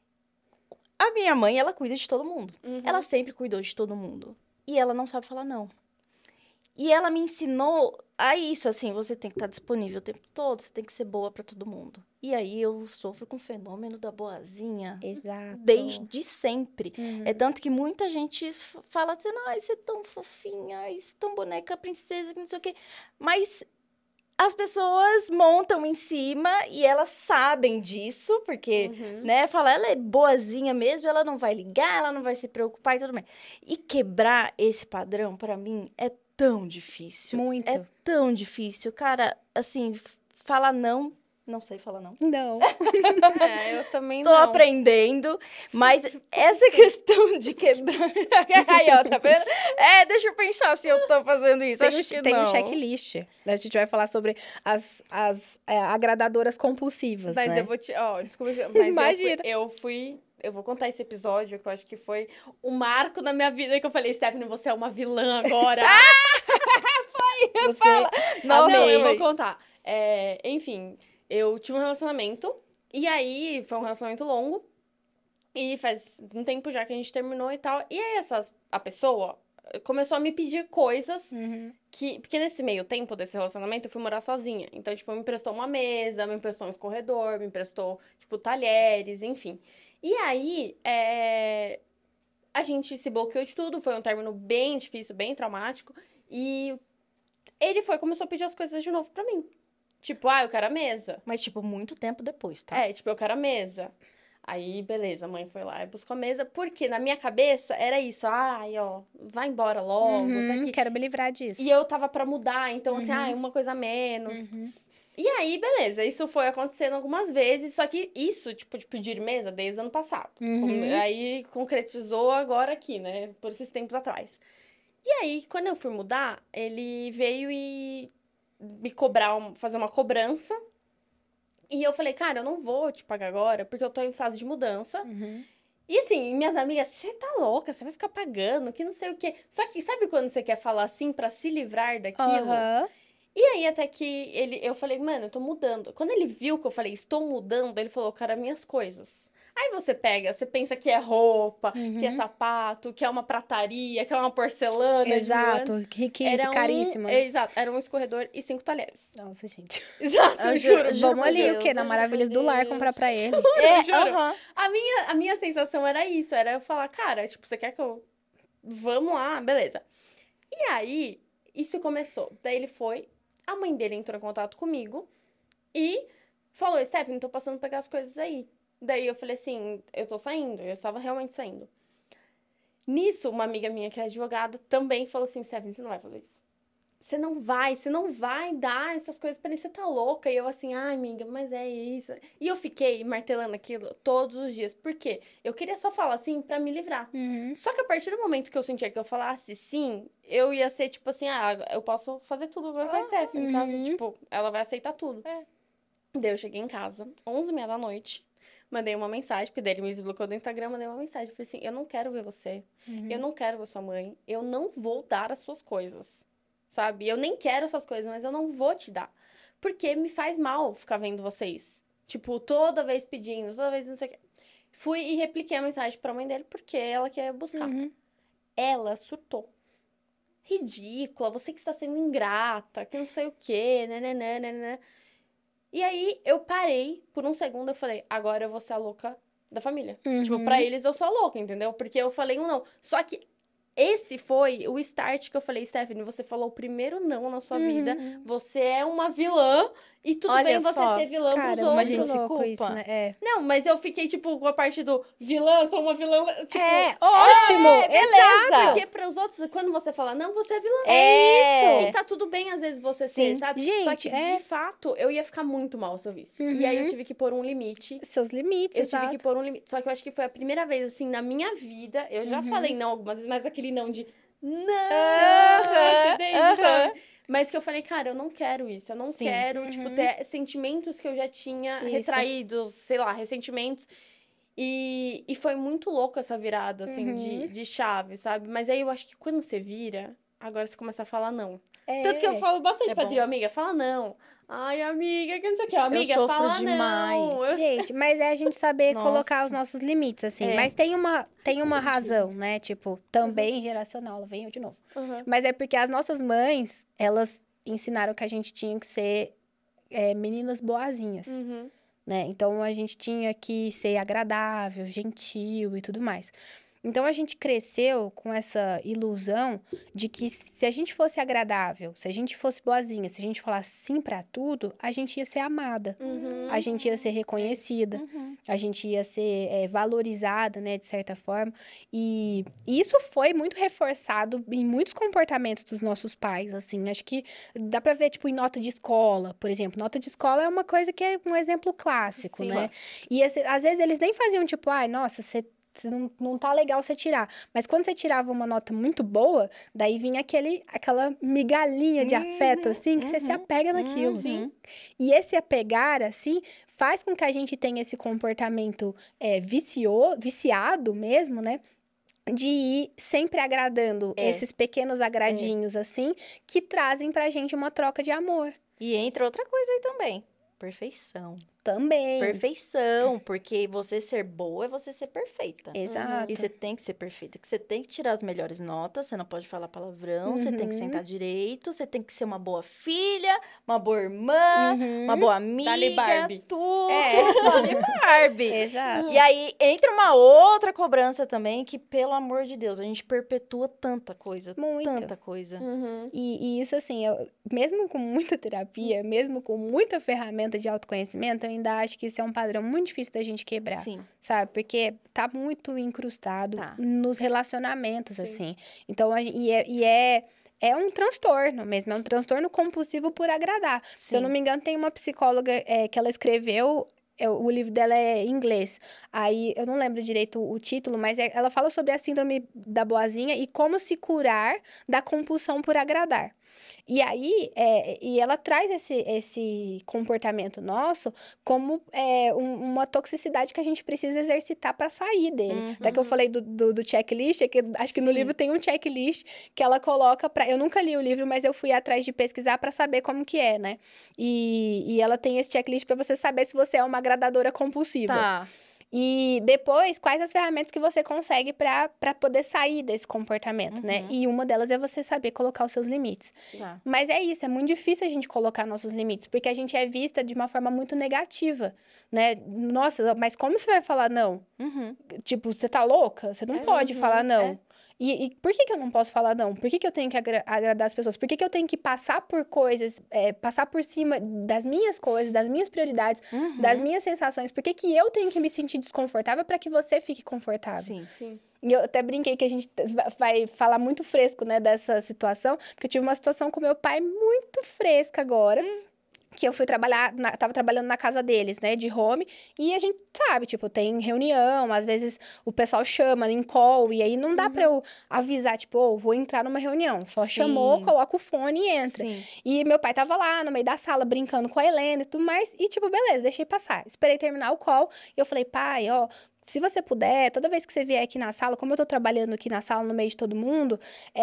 A minha mãe, ela cuida de todo mundo. Uhum. Ela sempre cuidou de todo mundo. E ela não sabe falar não. E ela me ensinou a isso, assim, você tem que estar disponível o tempo todo, você tem que ser boa pra todo mundo. E aí eu sofro com o fenômeno da boazinha Exato. desde sempre. Uhum. É tanto que muita gente fala assim, ai, você é tão fofinha, ai, você é tão boneca princesa, que não sei o quê. Mas as pessoas montam em cima e elas sabem disso, porque, né, fala, ela é boazinha mesmo, ela não vai ligar, ela não vai se preocupar e tudo mais. E quebrar esse padrão, pra mim, é tão difícil. Muito. É tão difícil. Cara, assim, falar não sei falar não. Não. Eu também Tô não. aprendendo, mas essa questão de quebrar... Aí, ó, tá vendo? Deixa eu pensar se eu tô fazendo isso. Acho que Tem não. um checklist. A gente vai falar sobre as agradadoras compulsivas, Mas né? eu vou te. Ó, desculpa. Mas Imagina. Eu vou contar esse episódio, que eu acho que foi o marco da minha vida, que eu falei, Stephanie, você é uma vilã agora. Você... Nossa, Não, eu amei. vou contar. Enfim, eu tive um relacionamento, e aí foi um relacionamento longo, e faz um tempo já que a gente terminou e tal. E aí a pessoa começou a me pedir coisas Uhum. porque nesse meio tempo desse relacionamento eu fui morar sozinha. Então, tipo, me emprestou uma mesa, me emprestou um escorredor, me emprestou, tipo, talheres, enfim. E aí, a gente se bloqueou de tudo, foi um término bem difícil, bem traumático. E ele começou a pedir as coisas de novo pra mim. Tipo, eu quero a mesa. Mas, tipo, muito tempo depois, tá? Tipo, eu quero a mesa. Aí, beleza, a mãe foi lá e buscou a mesa. Porque na minha cabeça era isso. Ai, ó, vai embora logo, tá aqui. Quero me livrar disso. E eu tava pra mudar, então assim, uma coisa a menos. E aí, beleza, isso foi acontecendo algumas vezes, só que isso, tipo, de pedir mesa, desde o ano passado. Aí, concretizou agora aqui, né, por esses tempos atrás. E aí, quando eu fui mudar, ele veio e me fazer uma cobrança. E eu falei, cara, eu não vou te pagar agora, porque eu tô em fase de mudança. E assim, minhas amigas, você tá louca, você vai ficar pagando, que não sei o quê. Só que sabe quando você quer falar assim pra se livrar daquilo? E aí, até que eu falei, mano, eu tô mudando. Quando ele viu que eu falei, estou mudando, ele falou, cara, minhas coisas. Aí você pensa que é roupa, que é sapato, que é uma prataria, que é uma porcelana. Exato, riquíssimo, caríssima. Exato, era um escorredor e 5 talheres. Nossa, gente. Exato, eu juro. Vamos ali, o quê? Na Maravilhas do Lar comprar pra ele. Juro. A minha sensação era isso, era eu falar, cara, tipo, você quer que eu... Vamos lá, beleza. E aí, isso começou. Daí ele foi, a mãe dele entrou em contato comigo e falou, Stephanie, tô passando a pegar as coisas aí. Daí eu falei assim, eu tô saindo, eu estava realmente saindo. Nisso, uma amiga minha que é advogada também falou assim, Stephanie, você não vai fazer isso. Você não vai dar essas coisas pra ele, você tá louca. E eu assim, ai, amiga, mas é isso. E eu fiquei martelando aquilo todos os dias. Por quê? Eu queria só falar assim pra me livrar. Só que a partir do momento que eu sentia que eu falasse sim, eu ia ser tipo assim, eu posso fazer tudo agora com a Stephanie, sabe? Tipo, ela vai aceitar tudo. Daí eu cheguei em casa, 11h30 da noite. Mandei uma mensagem, porque daí ele me desbloqueou do Instagram, mandei uma mensagem. Falei assim, eu não quero ver você. Eu não quero ver sua mãe. Eu não vou dar as suas coisas. Sabe? Eu nem quero essas coisas, mas eu não vou te dar. Porque me faz mal ficar vendo vocês. Tipo, toda vez pedindo, toda vez não sei o quê. Fui e repliquei a mensagem pra mãe dele, porque ela quer buscar. Ela surtou. Ridícula, você que está sendo ingrata, que não sei o quê, né. E aí, eu parei, por um segundo, eu falei, agora eu vou ser a louca da família. Tipo, pra eles eu sou a louca, entendeu? Porque eu falei um não. Só que esse foi o start que eu falei, Stephanie, você falou o primeiro não na sua vida. Você é uma vilã e tudo Olha bem você só, ser vilã pros Cara, outros. mas gente se Louco culpa. isso, Né? Não, mas eu fiquei, tipo, com a parte do vilã, sou uma vilã, tipo... Ótimo! beleza. Porque pros outros, quando você fala não, você é vilã. É E tá tudo bem, às vezes, você Sim. ser, sabe? Gente, Só que, de fato, eu ia ficar muito mal se eu visse. E aí, eu tive que pôr um limite. Seus limites, Eu exato. tive que pôr um limite. Só que eu acho que foi a primeira vez, assim, na minha vida, eu já falei não algumas vezes, mas aquele não de... Não! Sabe? Mas que eu falei, cara, eu não quero isso. Eu não Sim. quero, tipo, ter sentimentos que eu já tinha Isso. retraídos, sei lá, ressentimentos. E foi muito louco essa virada, assim, de chave, sabe? Mas aí eu acho que quando você vira, agora você começa a falar não. Tanto que eu falo bastante pra bom. Adri, amiga, fala não. Ai, amiga, que não sei o que. Amiga, sofro fala demais. não. Gente, mas é a gente saber Nossa. colocar os nossos limites, assim. Mas tem uma razão, né? Tipo, também geracional. Lá vem eu de novo. Mas é porque as nossas mães, elas ensinaram que a gente tinha que ser meninas boazinhas, né? Então, a gente tinha que ser agradável, gentil e tudo mais. Então, a gente cresceu com essa ilusão de que se a gente fosse agradável, se a gente fosse boazinha, se a gente falasse sim pra tudo, a gente ia ser amada, a gente ia ser reconhecida, a gente ia ser valorizada, né, de certa forma. E isso foi muito reforçado em muitos comportamentos dos nossos pais, assim. Acho que dá pra ver, tipo, em nota de escola, por exemplo. Nota de escola é uma coisa que é um exemplo clássico, Sim, né? E às vezes eles nem faziam, tipo, ai, nossa, você não tá legal você tirar. Mas quando você tirava uma nota muito boa, daí vinha aquela migalhinha de afeto, assim, que você se apega naquilo. Sim. E esse apegar, assim, faz com que a gente tenha esse comportamento viciado mesmo, né? De ir sempre agradando esses pequenos agradinhos, assim, que trazem pra gente uma troca de amor. E entra outra coisa aí também. Perfeição. Também. Perfeição, porque você ser boa é você ser perfeita. Exato. E você tem que ser perfeita, que você tem que tirar as melhores notas, você não pode falar palavrão, você tem que sentar direito, você tem que ser uma boa filha, uma boa irmã, uma boa amiga, Dali Barbie. tudo. Dali Barbie. Exato. E aí entra uma outra cobrança também, que pelo amor de Deus, a gente perpetua tanta coisa, Muito. tanta coisa. E isso, assim, mesmo com muita terapia, mesmo com muita ferramenta de autoconhecimento, eu ainda acho que isso é um padrão muito difícil da gente quebrar. Sim. Sabe? Porque tá muito incrustado nos relacionamentos, Sim. assim. Então, é um transtorno mesmo, é um transtorno compulsivo por agradar. Se eu não me engano, tem uma psicóloga que ela escreveu... O livro dela é em inglês. Aí, eu não lembro direito o título, mas ela fala sobre a síndrome da boazinha e como se curar da compulsão por agradar. E aí, e ela traz esse comportamento nosso como uma toxicidade que a gente precisa exercitar para sair dele. Até que eu falei do checklist, que acho que no livro tem um checklist que ela coloca para... Eu nunca li o livro, mas eu fui atrás de pesquisar para saber como que é, né? E ela tem esse checklist para você saber se você é uma agradadora compulsiva. Tá. E depois, quais as ferramentas que você consegue pra poder sair desse comportamento, né? E uma delas é você saber colocar os seus limites. Tá. Mas é isso, é muito difícil a gente colocar nossos limites, porque a gente é vista de uma forma muito negativa, né? Nossa, mas como você vai falar não? Uhum. Tipo, você tá louca? Você não pode falar não. é. E por que eu não posso falar não? Por que eu tenho que agradar as pessoas? Por que eu tenho que passar por coisas, passar por cima das minhas coisas, das minhas prioridades, das minhas sensações? Por que eu tenho que me sentir desconfortável para que você fique confortável? Sim. Sim. E eu até brinquei que a gente vai falar muito fresco, né, dessa situação, porque eu tive uma situação com meu pai muito fresca agora. Que eu fui trabalhar, tava trabalhando na casa deles, né, de home, e a gente sabe, tipo, tem reunião, às vezes o pessoal chama em call, e aí não dá pra eu avisar, tipo, vou entrar numa reunião. Só Sim. chamou, coloca o fone e entra. Sim. E meu pai tava lá, no meio da sala, brincando com a Helena e tudo mais, e tipo, beleza, deixei passar. Esperei terminar o call, e eu falei, pai, ó, se você puder, toda vez que você vier aqui na sala, como eu tô trabalhando aqui na sala, no meio de todo mundo,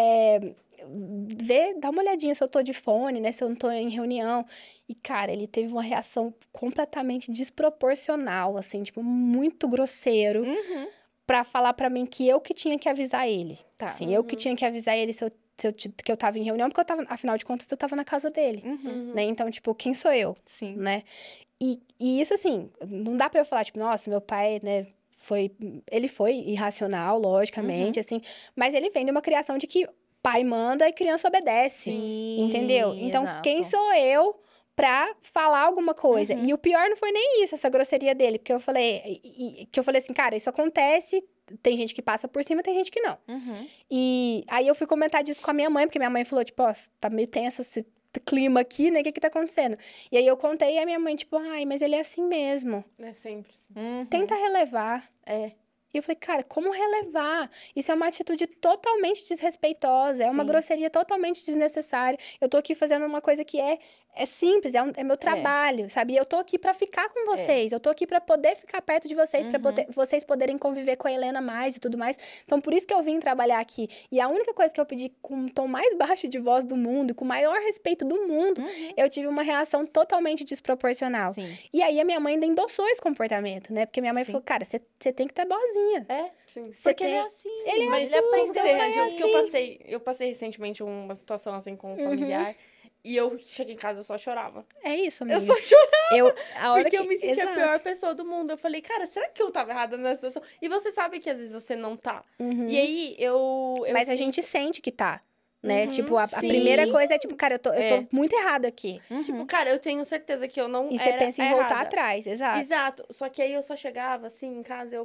dá uma olhadinha se eu tô de fone, né, se eu não tô em reunião. E, cara, ele teve uma reação completamente desproporcional, assim, tipo, muito grosseiro, pra falar pra mim que eu que tinha que avisar ele. Tá. Assim, eu que tinha que avisar ele que eu tava em reunião, porque afinal de contas, eu tava na casa dele, né? Então, tipo, quem sou eu, Sim. né? E isso, assim, não dá pra eu falar, tipo, nossa, meu pai, né, ele foi irracional, logicamente, assim, mas ele vem de uma criação de que pai manda e criança obedece, Sim, entendeu? Então, exato. quem sou eu pra falar alguma coisa? E o pior não foi nem isso, essa grosseria dele, porque eu falei, assim, cara, isso acontece, tem gente que passa por cima, tem gente que não. E aí eu fui comentar disso com a minha mãe, porque minha mãe falou, tipo, ó, tá meio tenso esse clima aqui, né? O que tá acontecendo? E aí eu contei e a minha mãe, tipo, ai, mas ele é assim mesmo. É sempre assim. Tenta relevar. E eu falei, cara, como relevar? Isso é uma atitude totalmente desrespeitosa, é uma Sim. grosseria totalmente desnecessária. Eu tô aqui fazendo uma coisa que é simples, é meu trabalho, sabe? E eu tô aqui pra ficar com vocês, eu tô aqui pra poder ficar perto de vocês, pra vocês poderem conviver com a Helena mais e tudo mais. Então, por isso que eu vim trabalhar aqui. E a única coisa que eu pedi com o tom mais baixo de voz do mundo, com o maior respeito do mundo, eu tive uma reação totalmente desproporcional. Sim. E aí, a minha mãe ainda endossou esse comportamento, né? Porque minha mãe Sim. falou, cara, você tem que estar boazinha. Sim. Porque ele é assim. Ele é Mas assim, ele aprendeu, você é mas assim. eu passei recentemente uma situação assim com um familiar e eu cheguei em casa e eu só chorava. É isso, amiga. Eu só chorava. A hora Porque que... eu me senti Exato. a pior pessoa do mundo. Eu falei, cara, será que eu tava errada nessa situação? E você sabe que às vezes você não tá. E aí eu Mas a sinto- gente sente que tá, né? Tipo, a Sim. primeira coisa é tipo, cara, eu tô muito errada aqui. Tipo, cara, eu tenho certeza que eu não E você era pensa em voltar errada. atrás, exato. Exato. Só que aí eu só chegava assim em casa,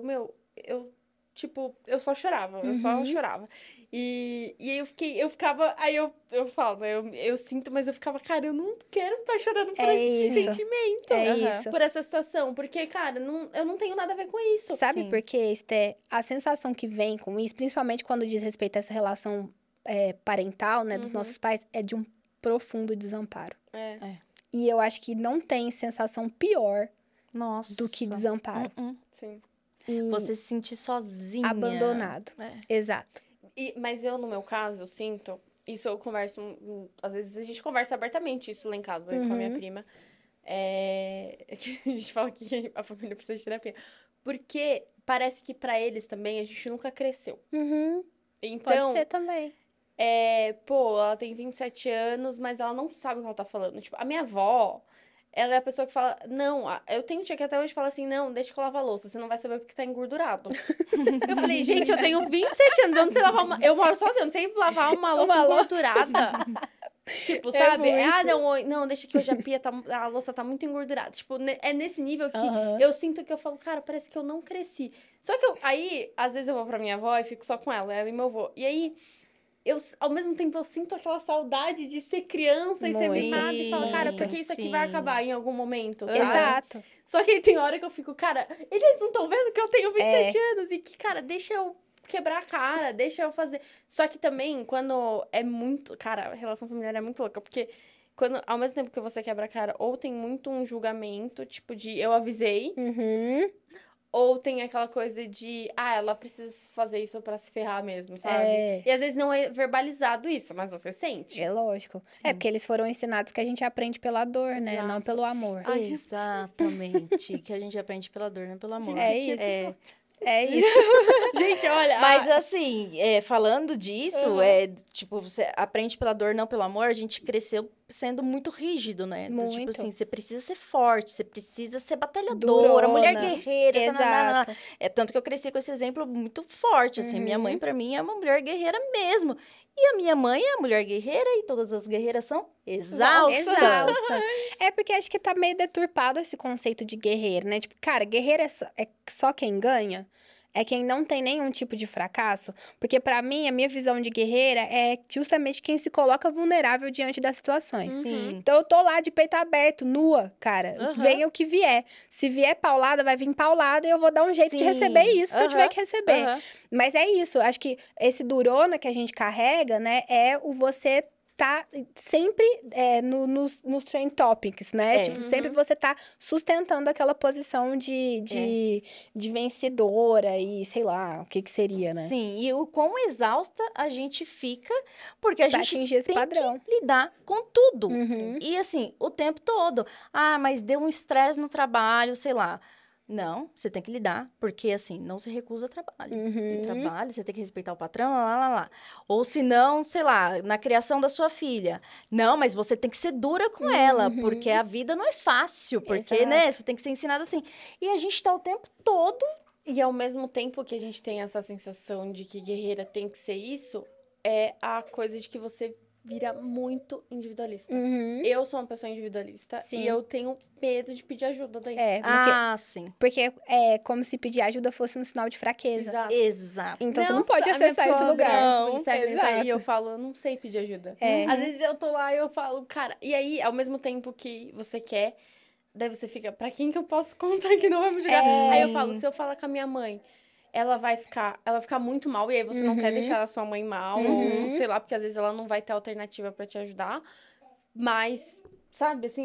eu só chorava, eu só chorava. E aí eu ficava, aí eu falo, né, eu sinto, mas eu ficava, cara, eu não quero estar chorando por esse isso. sentimento. É isso. Por essa situação, porque, cara, eu não tenho nada a ver com isso. Sabe Sim. por quê, Esté? A sensação que vem com isso, principalmente quando diz respeito a essa relação parental, né, dos nossos pais, é de um profundo desamparo. E eu acho que não tem sensação pior Nossa. do que desamparo. Sim. E Você se sentir sozinha. abandonado. Exato. Mas eu, no meu caso, eu sinto, isso eu converso, às vezes a gente conversa abertamente isso lá em casa, eu com a minha prima. Que a gente fala que a família precisa de terapia. Porque parece que pra eles também a gente nunca cresceu. Então, Pode ser também. ela tem 27 anos, mas ela não sabe o que ela tá falando. Tipo, a minha avó, ela é a pessoa que fala, não, eu tenho tia que até hoje fala assim, não, deixa que eu lavo a louça, você não vai saber porque tá engordurado. Eu falei, gente, eu tenho 27 anos, eu não sei lavar eu moro sozinha, eu não sei lavar uma louça engordurada. Tipo, sabe? Não, deixa que hoje a louça tá muito engordurada. Tipo, é nesse nível que eu sinto que eu falo, cara, parece que eu não cresci. Só que aí, às vezes eu vou pra minha avó e fico só com ela e meu avô. E aí, ao mesmo tempo, eu sinto aquela saudade de ser criança e ser Muito. mimada e falar, cara, porque isso aqui vai Sim. acabar em algum momento, sabe? Exato. Só que aí tem hora que eu fico, cara, eles não estão vendo que eu tenho 27 anos e que, cara, deixa eu quebrar a cara, deixa eu fazer. Só que também, quando é muito... Cara, a relação familiar é muito louca, porque ao mesmo tempo que você quebra a cara, ou tem muito um julgamento, tipo de eu avisei, Ou tem aquela coisa de, ela precisa fazer isso pra se ferrar mesmo, sabe? É. E às vezes não é verbalizado isso, mas você sente. É lógico. Sim. É porque eles foram ensinados que a gente aprende pela dor, né? Exato. Não pelo amor. Ai, Exatamente. Que a gente aprende pela dor, não pelo amor. É isso. É. É isso. Gente, olha... Mas assim, falando disso, Uhum. tipo, você aprende pela dor, não pelo amor, a gente cresceu sendo muito rígido, né? Tipo Muito. assim, você precisa ser forte, você precisa ser batalhadora, Durona. mulher guerreira, tananana. Exato. É tanto que eu cresci com esse exemplo muito forte, assim. Minha mãe, Uhum. pra mim, é uma mulher guerreira mesmo. E a minha mãe é a mulher guerreira e todas as guerreiras são exaustas. Exaustas. É porque acho que tá meio deturpado esse conceito de guerreiro, né? Tipo, cara, guerreiro é só quem ganha. É quem não tem nenhum tipo de fracasso. Porque pra mim, a minha visão de guerreira é justamente quem se coloca vulnerável diante das situações. Sim. Então, eu tô lá de peito aberto, nua, cara. Aham. Venha o que vier. Se vier paulada, vai vir paulada e eu vou dar um jeito de Sim. receber isso, se eu Aham. tiver que receber. Aham. Mas é isso, acho que esse durona que a gente carrega, né, é o você tá sempre nos trend topics, né? É. Tipo, sempre você tá sustentando aquela posição de vencedora e sei lá, o que seria, né? Sim, e o quão exausta a gente fica, porque a Pra gente atingir esse tem padrão. que lidar com tudo. Uhum. E assim, o tempo todo. Mas deu um estresse no trabalho, sei lá. Não, você tem que lidar, porque assim, não se recusa a trabalho. Você Uhum. trabalha, você tem que respeitar o patrão, lá. Ou se não, sei lá, na criação da sua filha. Não, mas você tem que ser dura com ela, Uhum. porque a vida não é fácil, porque, Exato. né, você tem que ser ensinado assim. E a gente tá o tempo todo. E ao mesmo tempo que a gente tem essa sensação de que guerreira tem que ser isso, é a coisa de que você vira muito individualista. Uhum. Eu sou uma pessoa individualista Sim. e eu tenho medo de pedir ajuda daí. É, porque, Sim. porque é como se pedir ajuda fosse um sinal de fraqueza. Exato. Exato. Então você não pode a minha acessar esse pessoa lugar. grande, tipo, Instagram, tá aí, Exato. e eu falo, eu não sei pedir ajuda. É. Às vezes eu tô lá e eu falo, cara, e aí, ao mesmo tempo que você quer, daí você fica, pra quem que eu posso contar que não vai me julgar? Sim. Aí eu falo, se eu falar com a minha mãe, ela vai ficar muito mal, e aí você não quer Uhum. deixar a sua mãe mal, Uhum. ou sei lá, porque às vezes ela não vai ter alternativa pra te ajudar, mas... Sabe, assim,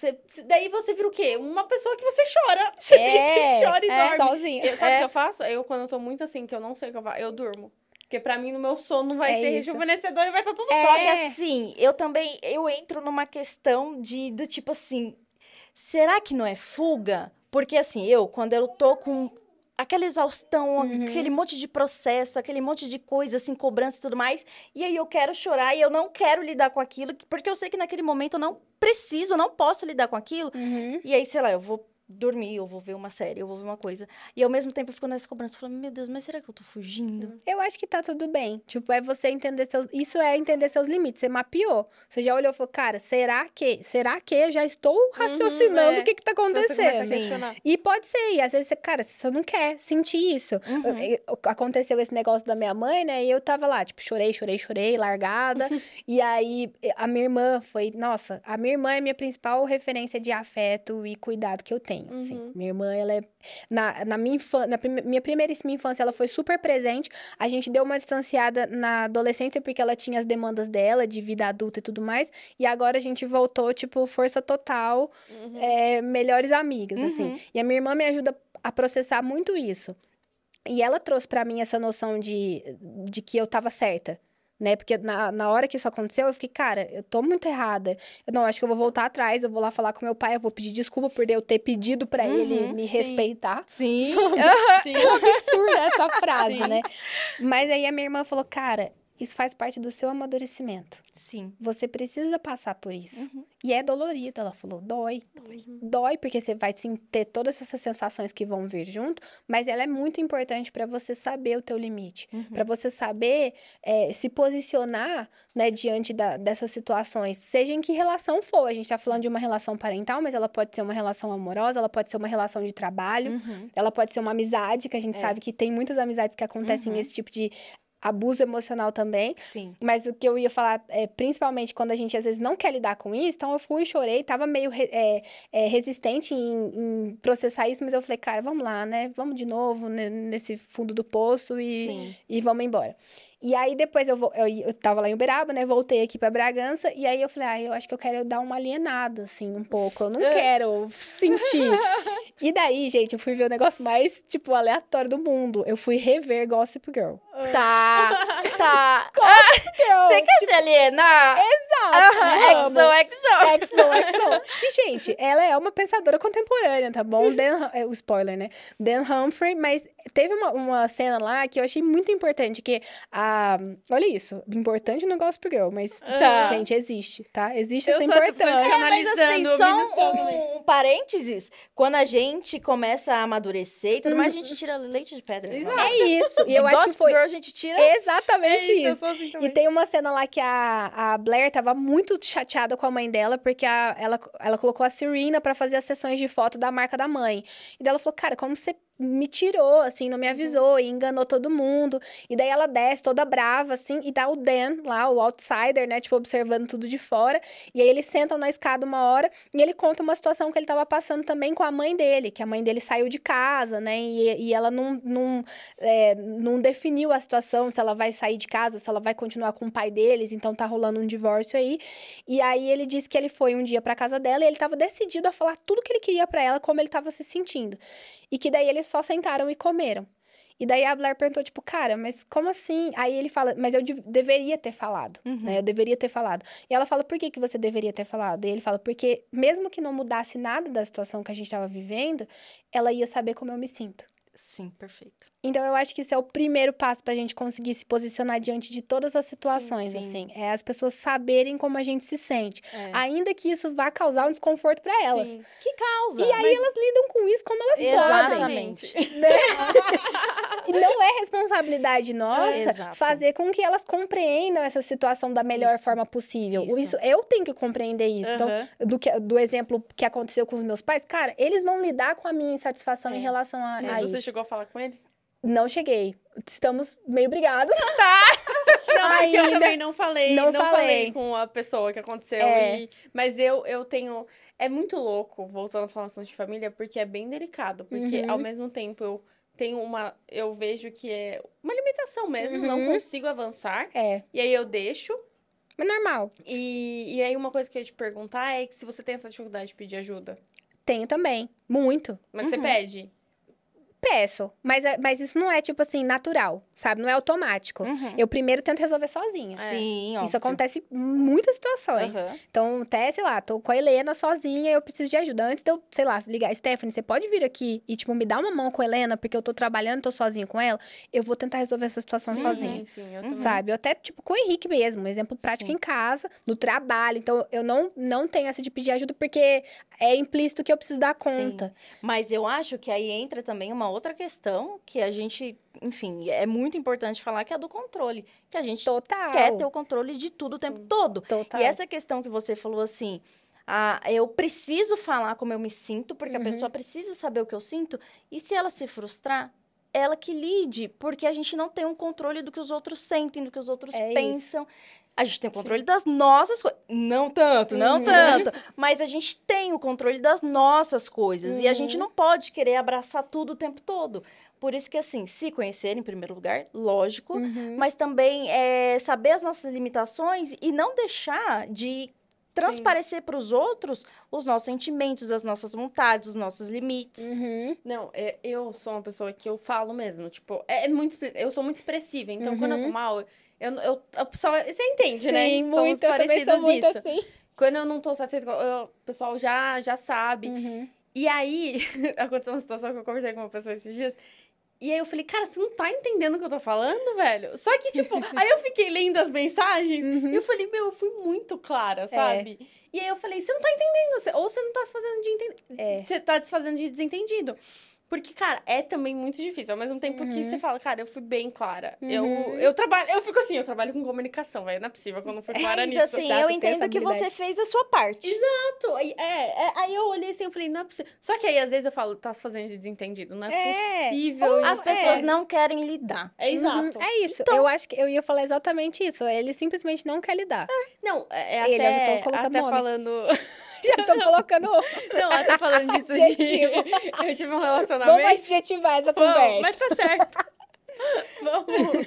daí você vira o quê? Uma pessoa que você chora. Você deita e chora e dorme. Sozinha. Sabe o que eu faço? Quando eu tô muito assim, que eu não sei o que eu faço, eu durmo. Porque pra mim, no meu sono, vai É ser isso. rejuvenescedor e vai estar tudo Só certo. que assim, eu entro numa questão do tipo assim, será que não é fuga? Porque assim, quando eu tô com aquela exaustão, aquele monte de processo, aquele monte de coisa, assim, cobrança e tudo mais, e aí eu quero chorar e eu não quero lidar com aquilo, porque eu sei que naquele momento eu não preciso, eu não posso lidar com aquilo, Uhum. e aí, sei lá, eu vou dormir, eu vou ver uma série, eu vou ver uma coisa. E ao mesmo tempo eu fico nessa cobrança, falando, meu Deus, mas será que eu tô fugindo? Eu acho que tá tudo bem. Tipo, é você entender seus... Isso é entender seus limites. Você mapeou. Você já olhou e falou, cara, será que eu já estou raciocinando o que tá Se você começa a acontecendo? Sim. questionar. E pode ser. E às vezes, cara, você não quer sentir isso. Aconteceu esse negócio da minha mãe, né? E eu tava lá, tipo, chorei, largada. E aí, a minha irmã foi... Nossa, a minha irmã é minha principal referência de afeto e cuidado que eu tenho, assim. Minha irmã, ela é... Na minha infância, minha primeiríssima infância, ela foi super presente. A gente deu uma distanciada na adolescência, porque ela tinha as demandas dela, de vida adulta e tudo mais. E agora a gente voltou, tipo, força total, melhores amigas, assim. E a minha irmã me ajuda a processar muito isso. E ela trouxe pra mim essa noção de que eu tava certa, né? Porque na hora que isso aconteceu, eu fiquei, cara, eu tô muito errada. Eu não, acho que eu vou voltar atrás, eu vou lá falar com meu pai, eu vou pedir desculpa por eu ter pedido pra ele me sim. respeitar. Sim. Sim. Absurda essa frase, Sim. né? Mas aí a minha irmã falou, cara, isso faz parte do seu amadurecimento. Sim. Você precisa passar por isso. E é dolorido, ela falou, dói. Dói, porque você vai sim, ter todas essas sensações que vão vir junto, mas ela é muito importante para você saber o teu limite. Para você saber se posicionar, né, diante dessas situações, seja em que relação for. A gente tá falando de uma relação parental, mas ela pode ser uma relação amorosa, ela pode ser uma relação de trabalho, ela pode ser uma amizade, que a gente sabe que tem muitas amizades que acontecem esse tipo de abuso emocional também. Sim. Mas o que eu ia falar, principalmente quando a gente às vezes não quer lidar com isso, então eu fui, chorei, tava meio resistente em processar isso, mas eu falei, cara, vamos lá, né? Vamos de novo nesse fundo do poço Sim. e vamos embora. E aí, depois eu tava lá em Uberaba, né? Voltei aqui pra Bragança. E aí, eu falei, eu acho que eu quero dar uma alienada, assim, um pouco. Eu não quero sentir. E daí, gente, eu fui ver o negócio mais, tipo, aleatório do mundo. Eu fui rever Gossip Girl. Tá. Girl. Você quer se alienar? Exato. XOXO. XOXO. E, gente, ela é uma pensadora contemporânea, tá bom? O spoiler, né? Dan Humphrey, mas teve uma cena lá que eu achei muito importante, que olha isso, importante no Gossip Girl, mas, gente, existe, tá? Existe essa importância. Mas assim, Analisando só minuciosamente. um parênteses. Quando a gente começa a amadurecer e tudo mais, a gente tira leite de pedra. Exato. É isso. E eu acho que Gossip foi Girl, a gente tira... exatamente eu isso. sou assim E também. tem uma cena lá que a Blair tava muito chateada com a mãe dela, porque ela colocou a Serena pra fazer as sessões de foto da marca da mãe. E daí ela falou, cara, como você me tirou, assim, não me avisou, e enganou todo mundo. E daí ela desce toda brava, assim, e tá o Dan lá, o outsider, né, tipo, observando tudo de fora. E aí eles sentam na escada uma hora, e ele conta uma situação que ele tava passando também com a mãe dele, que a mãe dele saiu de casa, né, e ela não definiu a situação, se ela vai sair de casa, se ela vai continuar com o pai deles, então tá rolando um divórcio aí. E aí ele disse que ele foi um dia pra casa dela, e ele tava decidido a falar tudo que ele queria pra ela, como ele tava se sentindo. E que daí eles só sentaram e comeram. E daí a Blair perguntou, tipo, cara, mas como assim? Aí ele fala, mas eu deveria ter falado, né? Eu deveria ter falado. E ela fala, por que você deveria ter falado? E ele fala, porque mesmo que não mudasse nada da situação que a gente tava vivendo, ela ia saber como eu me sinto. Sim, perfeito. Então, eu acho que isso é o primeiro passo pra gente conseguir se posicionar diante de todas as situações, Sim. assim. É as pessoas saberem como a gente se sente. É. Ainda que isso vá causar um desconforto pra elas. Sim. Que causa? E aí elas lidam com isso como elas Exatamente. podem. Né? E não é responsabilidade nossa Exato. fazer com que elas compreendam essa situação da melhor Isso. forma possível. Isso. Eu tenho que compreender isso. Aham. Então, do exemplo que aconteceu com os meus pais, cara, eles vão lidar com a minha insatisfação É. em relação a Mas você isso. chegou a falar com ele? Não cheguei. Estamos meio brigados. Não, porque eu Ainda. também não falei. Não Não falei. falei com a pessoa que aconteceu. É. Mas eu tenho... É muito louco, voltando a falar assunto de família, porque é bem delicado. Porque, ao mesmo tempo, eu tenho eu vejo que é uma limitação mesmo. Não consigo avançar. É. E aí eu deixo. Mas normal. E aí uma coisa que eu ia te perguntar é que se você tem essa dificuldade de pedir ajuda. Tenho também. Muito. Mas você pede. Peço. Mas isso não é, tipo assim, natural, sabe? Não é automático. Eu primeiro tento resolver sozinha. Sim, Isso acontece em muitas situações. Então, até, sei lá, tô com a Helena sozinha, eu preciso de ajuda. Antes de eu, sei lá, ligar, Stephanie, você pode vir aqui e, tipo, me dar uma mão com a Helena, porque eu tô trabalhando, tô sozinha com ela, eu vou tentar resolver essa situação sozinha. Sim, eu também. Sabe? Eu até, tipo, com o Henrique mesmo, um exemplo prático Sim. em casa, no trabalho. Então, eu não tenho essa de pedir ajuda, porque é implícito que eu preciso dar conta. Mas eu acho que aí entra também uma outra questão que a gente, enfim, é muito importante falar, que é a do controle. Que a gente Total. quer ter o controle de tudo o tempo todo. Total. E essa questão que você falou assim, eu preciso falar como eu me sinto, porque a pessoa precisa saber o que eu sinto. E se ela se frustrar, ela que lide, porque a gente não tem um controle do que os outros sentem, do que os outros pensam. A gente tem o controle das nossas coisas. Não tanto, mas a gente tem o controle das nossas coisas. E a gente não pode querer abraçar tudo o tempo todo. Por isso que, assim, se conhecer em primeiro lugar, lógico. Mas também saber as nossas limitações e não deixar de transparecer para os outros os nossos sentimentos, as nossas vontades, os nossos limites. Não, eu sou uma pessoa que eu falo mesmo, tipo, eu sou muito expressiva, então quando eu tô mal, a pessoa, você entende, né? Sim, Somos muito, eu também parecidas sou muito nisso. assim. Quando eu não tô satisfeita, o pessoal já sabe. E aí, aconteceu uma situação que eu conversei com uma pessoa esses dias, e aí eu falei, cara, você não tá entendendo o que eu tô falando, velho? Só que, tipo, aí eu fiquei lendo as mensagens, e eu falei, meu, eu fui muito clara, sabe? E aí eu falei, você não tá entendendo, ou você não tá se fazendo de entendido, você tá se fazendo de desentendido. Porque, cara, é também muito difícil. Ao mesmo tempo que você fala, cara, eu fui bem clara. Eu fico assim, eu trabalho com comunicação, velho. Não é possível que eu não fui clara nisso. Mas, assim, Exato, eu tem entendo essa que você habilidade. fez a sua parte. Exato. Aí eu olhei assim, eu falei, não é possível. Só que aí, às vezes, eu falo, tá se fazendo de desentendido. Não é possível. As pessoas não querem lidar. É exato. É isso. Eu acho que eu ia falar exatamente isso. Ele simplesmente não quer lidar. Não, Ele, eu já tô colocando até nome. falando... Já tô colocando... Não, até falando disso de... Adjetivo. Eu tive um relacionamento... Vamos adjetivar essa Vamos, conversa. mas tá certo. Vamos.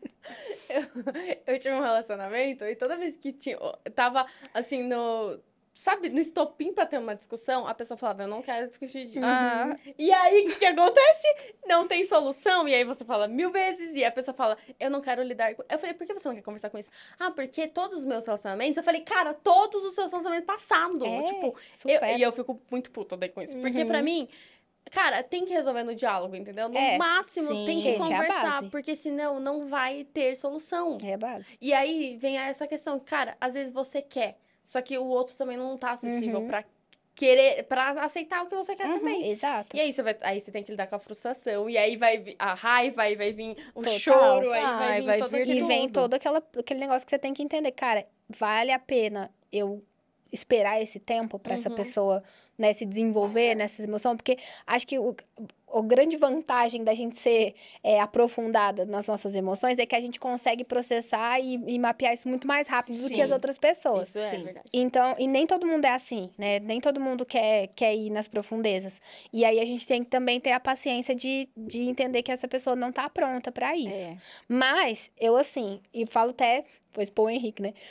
Eu tive um relacionamento e toda vez que tava, assim, sabe, no estopim pra ter uma discussão, a pessoa falava, eu não quero discutir disso. Ah. E aí, o que acontece? Não tem solução. E aí você fala 1000 vezes. E a pessoa fala, eu não quero lidar com... Eu falei, por que você não quer conversar com isso? Ah, porque todos os meus relacionamentos... Eu falei, cara, todos os seus relacionamentos passados. Tipo, e eu fico muito puta daí com isso. Porque pra mim... Cara, tem que resolver no diálogo, entendeu? No máximo, sim, tem que gente, é a conversar. base. Porque senão, não vai ter solução. É a base. E aí, vem essa questão. Cara, às vezes você quer. Só que o outro também não tá acessível pra querer... Pra aceitar o que você quer também. Exato. E aí você tem que lidar com a frustração. E aí vai vir a raiva, aí vai vir o Total. choro. Aí vai vir todo E aquilo. vem todo aquele negócio que você tem que entender. Cara, vale a pena eu esperar esse tempo pra essa pessoa, né, se desenvolver nessa emoção? Porque acho que a grande vantagem da gente ser aprofundada nas nossas emoções é que a gente consegue processar e mapear isso muito mais rápido do que as outras pessoas. Isso é verdade. Então, e nem todo mundo é assim, né? Nem todo mundo quer ir nas profundezas. E aí a gente tem que também ter a paciência de entender que essa pessoa não tá pronta pra isso. Mas, eu assim, e falo até, vou expor o Henrique, né?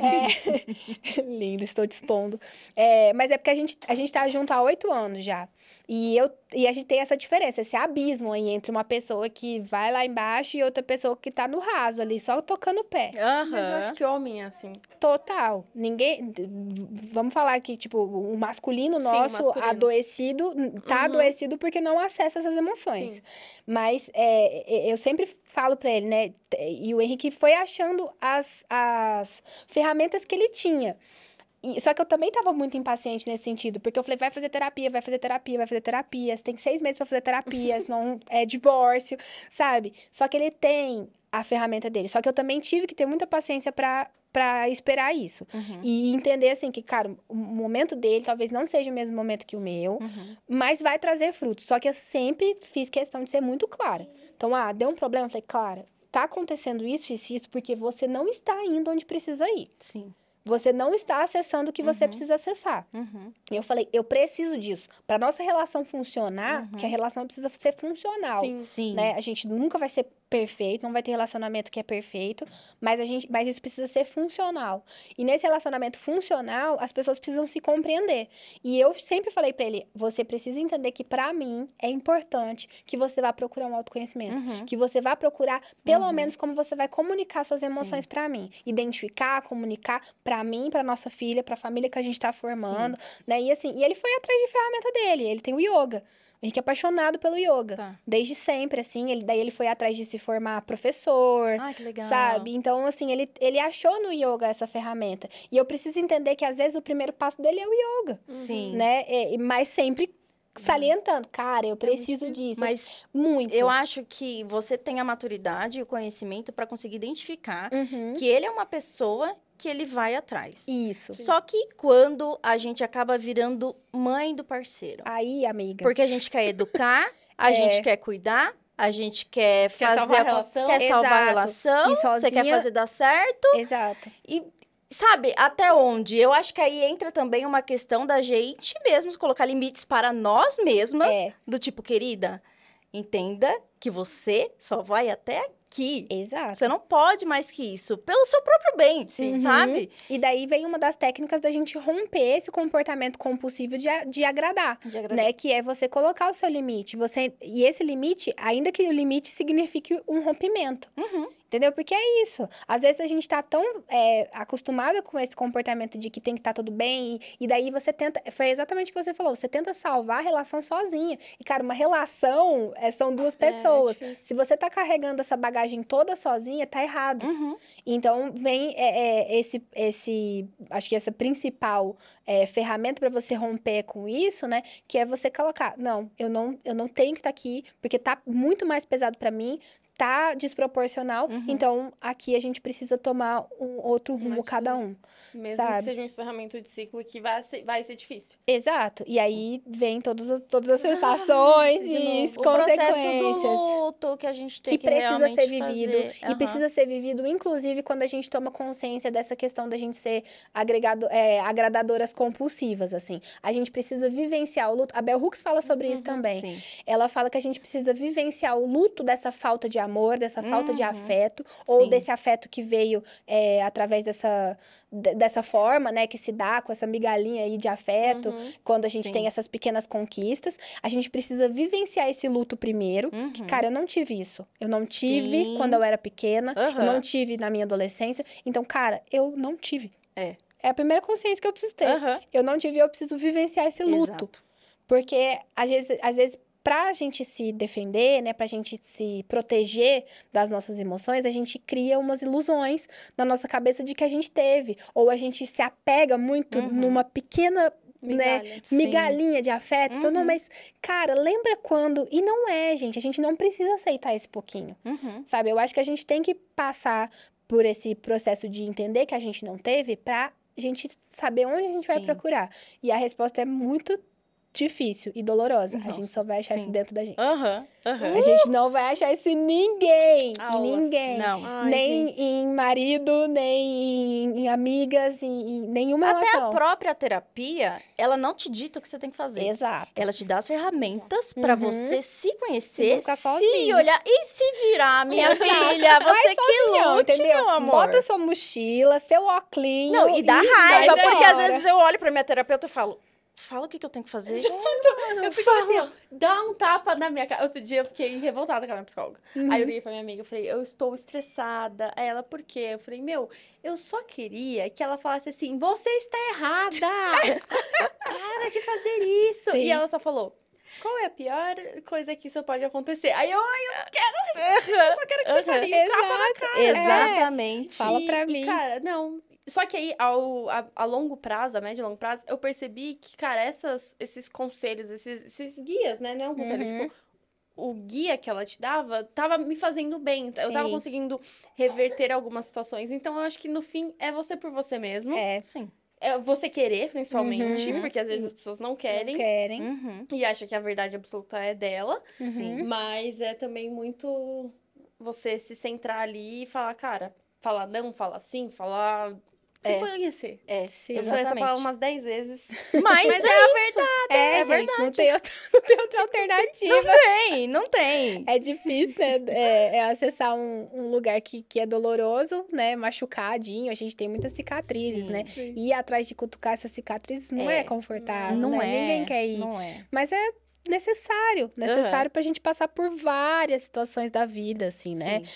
Lindo, estou te expondo. Mas é porque a gente tá junto há 8 anos já. E a gente tem essa diferença, esse abismo aí entre uma pessoa que vai lá embaixo e outra pessoa que tá no raso ali, só tocando o pé. Mas eu acho que homem é assim. Total. Ninguém... Vamos falar que, tipo, o masculino Sim, o nosso masculino. adoecido, tá adoecido porque não acessa essas emoções. Sim. Mas eu sempre falo pra ele, né? E o Henrique foi achando as ferramentas que ele tinha. Só que eu também tava muito impaciente nesse sentido, porque eu falei, vai fazer terapia, vai fazer terapia, vai fazer terapia, você tem 6 meses pra fazer terapia, senão é divórcio, sabe? Só que ele tem a ferramenta dele, só que eu também tive que ter muita paciência pra esperar isso. E entender, assim, que, cara, o momento dele talvez não seja o mesmo momento que o meu, mas vai trazer frutos. Só que eu sempre fiz questão de ser muito clara. Então, deu um problema, eu falei, Clara, tá acontecendo isso, porque você não está indo onde precisa ir. Sim. Você não está acessando o que você precisa acessar. E eu falei, eu preciso disso. Para nossa relação funcionar, que a relação precisa ser funcional. Sim. Né? A gente nunca vai ser perfeito, não vai ter relacionamento que é perfeito, mas isso precisa ser funcional. E nesse relacionamento funcional, as pessoas precisam se compreender. E eu sempre falei pra ele, você precisa entender que pra mim é importante que você vá procurar um autoconhecimento, que você vá procurar pelo menos como você vai comunicar suas emoções pra mim, identificar, comunicar pra mim, pra nossa filha, pra família que a gente tá formando, né? E assim, e ele foi atrás de ferramenta dele, ele tem o yoga. O Henrique é apaixonado pelo yoga. Desde sempre, assim. Daí ele foi atrás de se formar professor. Ah, que legal. Sabe? Então, assim, ele achou no yoga essa ferramenta. E eu preciso entender que, às vezes, o primeiro passo dele é o yoga. Sim. Né? Mas sempre salientando. Cara, eu preciso disso. Mas muito. eu acho que você tem a maturidade e o conhecimento para conseguir identificar que ele é uma pessoa que ele vai atrás. Isso. Só que quando a gente acaba virando mãe do parceiro. Aí, amiga. Porque a gente quer educar, a gente quer cuidar, a gente quer fazer salvar a relação. Quer salvar a relação, E sozinha... você quer fazer dar certo. Exato. E sabe, até onde? Eu acho que aí entra também uma questão da gente mesmos colocar limites para nós mesmas, do tipo, querida, entenda que você só vai até aqui. Exato. Você não pode mais que isso, pelo seu próprio bem, sabe? E daí vem uma das técnicas da gente romper esse comportamento compulsivo de agradar, né? Que é você colocar o seu limite. E esse limite, ainda que o limite signifique um rompimento. Entendeu? Porque é isso. Às vezes a gente tá tão acostumada com esse comportamento de que tem que estar tudo bem, e daí você tenta... Foi exatamente o que você falou, você tenta salvar a relação sozinha. E, cara, uma relação são duas pessoas. Se você tá carregando essa bagagem toda sozinha, tá errado. Então, vem acho que essa principal ferramenta para você romper com isso, né? Que é você colocar, não, eu não tenho que estar aqui, porque tá muito mais pesado para mim, tá desproporcional, então aqui a gente precisa tomar um outro rumo cada um. Mesmo sabe? que seja um encerramento de ciclo que vai ser difícil. Exato. E aí vem todas as sensações e o processo do consequências. luto que a gente tem que precisa realmente ser vivido. fazer. E precisa ser vivido, inclusive, quando a gente toma consciência dessa questão da gente ser agradadoras compulsivas, assim. A gente precisa vivenciar o luto. A Bell Hooks fala sobre isso também. Sim. Ela fala que a gente precisa vivenciar o luto dessa falta de amor, dessa falta de afeto, ou Sim. desse afeto que veio através dessa forma, né, que se dá com essa migalhinha aí de afeto, quando a gente Sim. tem essas pequenas conquistas. A gente precisa vivenciar esse luto primeiro, que, cara, eu não tive isso. Eu não tive Sim. quando eu era pequena, eu Aham. não tive na minha adolescência. Então, cara, eu não tive. É. É a primeira consciência que eu preciso ter. Aham. Eu não tive, eu preciso vivenciar esse luto. Exato. Porque, às vezes, pra gente se defender, né, pra gente se proteger das nossas emoções, a gente cria umas ilusões na nossa cabeça de que a gente teve. Ou a gente se apega muito numa pequena, Migalha. né, Sim. migalhinha de afeto. Então, não, mas, cara, lembra quando... E não é, gente, a gente não precisa aceitar esse pouquinho, sabe? Eu acho que a gente tem que passar por esse processo de entender que a gente não teve pra gente saber onde a gente vai Sim. procurar. E a resposta é muito difícil e dolorosa. A gente Nossa, só vai achar isso sim. dentro da gente. Aham. A gente não vai achar isso em ninguém. Aulas. Ninguém. Não. Ai, Nem gente. em marido, nem em amigas, em nenhuma Até a relação. própria terapia, ela não te dita o que você tem que fazer. Exato. Ela te dá as ferramentas pra você se conhecer, buscar se sozinho. olhar e se virar, minha filha. Você Vai que sozinhão, lute, entendeu? meu amor. Bota sua mochila, seu óculos. Não, e dá vai raiva, porque às embora. vezes eu olho pra minha terapeuta e falo, fala o que eu tenho que fazer. Eu fico assim, ó, dá um tapa na minha cara. Outro dia eu fiquei revoltada com a minha psicóloga. Aí eu liguei pra minha amiga, eu falei, eu estou estressada. Aí ela, por quê? Eu falei, meu, eu só queria que ela falasse assim, você está errada! Para de fazer isso! Sim. E ela só falou, qual é a pior coisa que isso pode acontecer? Aí eu não quero, eu só quero que você fale um tapa na cara. Exatamente. Fala pra mim. E, cara, não. Só que aí, a longo prazo, a médio e longo prazo, eu percebi que, cara, esses conselhos, esses guias, né? Não é um conselho, tipo, o guia que ela te dava tava me fazendo bem. Eu tava Sim. conseguindo reverter algumas situações. Então, eu acho que no fim é você por você mesmo. É, Sim. É você querer, principalmente, porque às vezes as pessoas não querem. não querem. Uhum. E acham que a verdade absoluta é dela. Sim. Mas é também muito você se centrar ali e falar, cara, falar não, falar sim, falar. Se conhecer. É, Sim. Eu falei essa exatamente. palavra umas 10 vezes. Mas Mas é é a isso. É, gente, não tem outra alternativa. Não tem. É difícil, né? Acessar um lugar que é doloroso, né? Machucadinho. A gente tem muitas cicatrizes, Sim. né? Sim. E ir atrás de cutucar essas cicatrizes não é confortável, Não né? é. Ninguém quer ir. Não é. Mas é necessário pra gente passar por várias situações da vida, assim, né? Sim.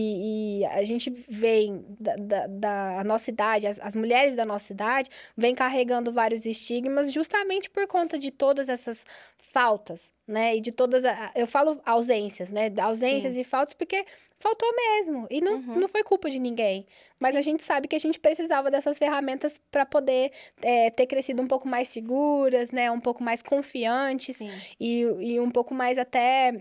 E a gente vem da nossa idade, as mulheres da nossa idade, vem carregando vários estigmas justamente por conta de todas essas faltas, né? E de todas, eu falo ausências, né? Ausências Sim. e faltas porque faltou mesmo. E não foi culpa de ninguém. Mas Sim. a gente sabe que a gente precisava dessas ferramentas para poder ter crescido um pouco mais seguras, né? Um pouco mais confiantes. Sim. E um pouco mais até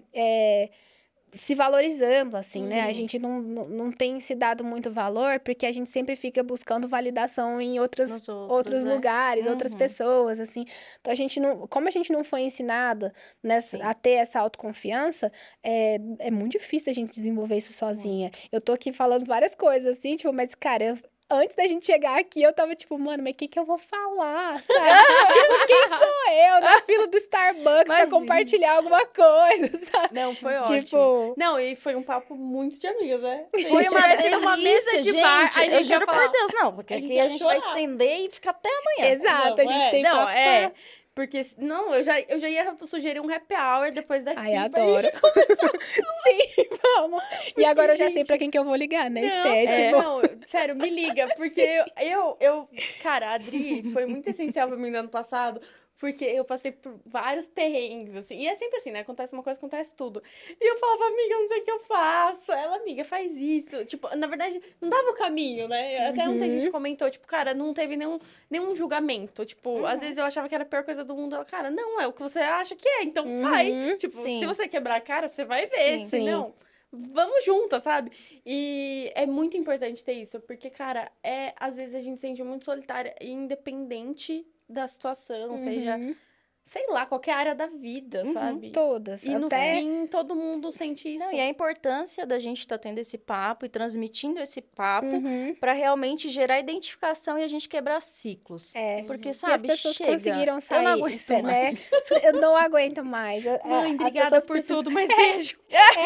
se valorizando, assim, né? A Sim. gente não tem se dado muito valor porque a gente sempre fica buscando validação em Nos outros né? lugares, outras pessoas, assim. Então, como a gente não foi ensinada Sim. a ter essa autoconfiança, é muito difícil a gente desenvolver isso sozinha. Eu tô aqui falando várias coisas, assim, tipo, mas, cara, antes da gente chegar aqui, eu tava tipo, mano, mas o que eu vou falar, sabe? Tipo, quem sou eu na fila do Starbucks pra Imagina. compartilhar alguma coisa, sabe? Não, foi ótimo. Tipo, Não, e foi um papo muito de amigos, né? Foi uma delícia, numa mesa de bar, gente. a gente Eu ia juro falar. por Deus, não. Porque A gente aqui ia a gente vai chorar. estender e ficar até amanhã. exato, a gente tem não, papo pra- porque, não, eu já ia sugerir um happy hour depois daqui. Ai, pra adoro. gente começar. Sim, vamos. E agora eu já sei gente, pra quem que eu vou ligar, né? Não, Estético. não, sério, me liga, porque cara, a Adri foi muito essencial pra mim no ano passado, porque eu passei por vários perrengues, assim, e é sempre assim, né, acontece uma coisa, acontece tudo, e eu falava, amiga, eu não sei o que eu faço, ela, amiga, faz isso, tipo, na verdade, não dava o caminho, né, até ontem a gente comentou, tipo, cara, não teve nenhum julgamento, tipo, às vezes eu achava que era a pior coisa do mundo, ela, cara, não, é o que você acha que é, então vai, tipo, Sim. se você quebrar a cara, você vai ver, Sim. se não... Vamos juntas, sabe? E é muito importante ter isso, porque, cara, às vezes a gente se sente muito solitária, independente da situação, seja sei lá, qualquer área da vida, sabe? Todas. E no fim, todo mundo sente isso. Não, e a importância da gente estar tendo esse papo e transmitindo esse papo para realmente gerar identificação e a gente quebrar ciclos. Porque, sabe, e as pessoas chega. conseguiram sair, Eu não aguento né? mais. Eu não aguento mais. Mãe, As obrigada pessoas por precisam- tudo, mas beijo.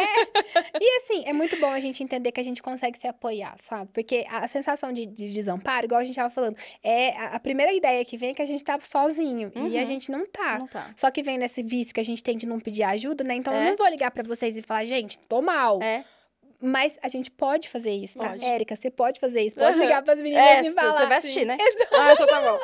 E assim, é muito bom a gente entender que a gente consegue se apoiar, sabe? Porque a sensação de desamparo, igual a gente tava falando, é a primeira ideia que vem é que a gente tá sozinho. E a gente não tá. Não tá. Só que vem nesse vício que a gente tem de não pedir ajuda, né? Então eu não vou ligar pra vocês e falar, gente, tô mal. Mas a gente pode fazer isso, tá? Pode. Érica, você pode fazer isso. Pode ligar pras meninas e falar. Você vai assistir, né? Então tá bom.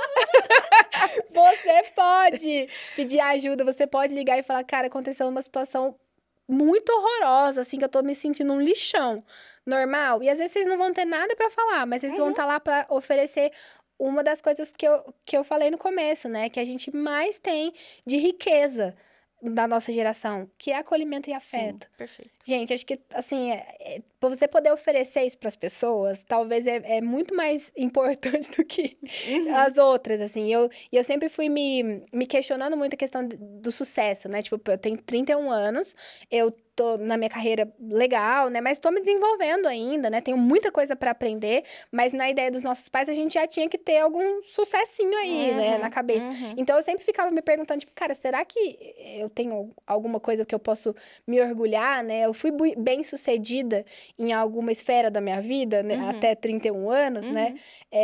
Você pode pedir ajuda, você pode ligar e falar, cara, aconteceu uma situação muito horrorosa, assim, que eu tô me sentindo um lixão. Normal. E às vezes vocês não vão ter nada pra falar, mas vocês vão estar lá pra oferecer uma das coisas que eu falei no começo, né? Que a gente mais tem de riqueza da nossa geração, que é acolhimento e afeto. Sim, perfeito. Gente, acho que, assim, pra você poder oferecer isso pras pessoas, talvez é muito mais importante do que as outras, assim. E eu sempre fui me questionando muito a questão do sucesso, né? Tipo, eu tenho 31 anos, eu tô na minha carreira legal, né? Mas tô me desenvolvendo ainda, né? Tenho muita coisa pra aprender, mas na ideia dos nossos pais, a gente já tinha que ter algum sucessinho aí, né? Na cabeça. Então, eu sempre ficava me perguntando, tipo, cara, será que eu tenho alguma coisa que eu posso me orgulhar, né? Eu fui bem-sucedida em alguma esfera da minha vida, né? Até 31 anos, né?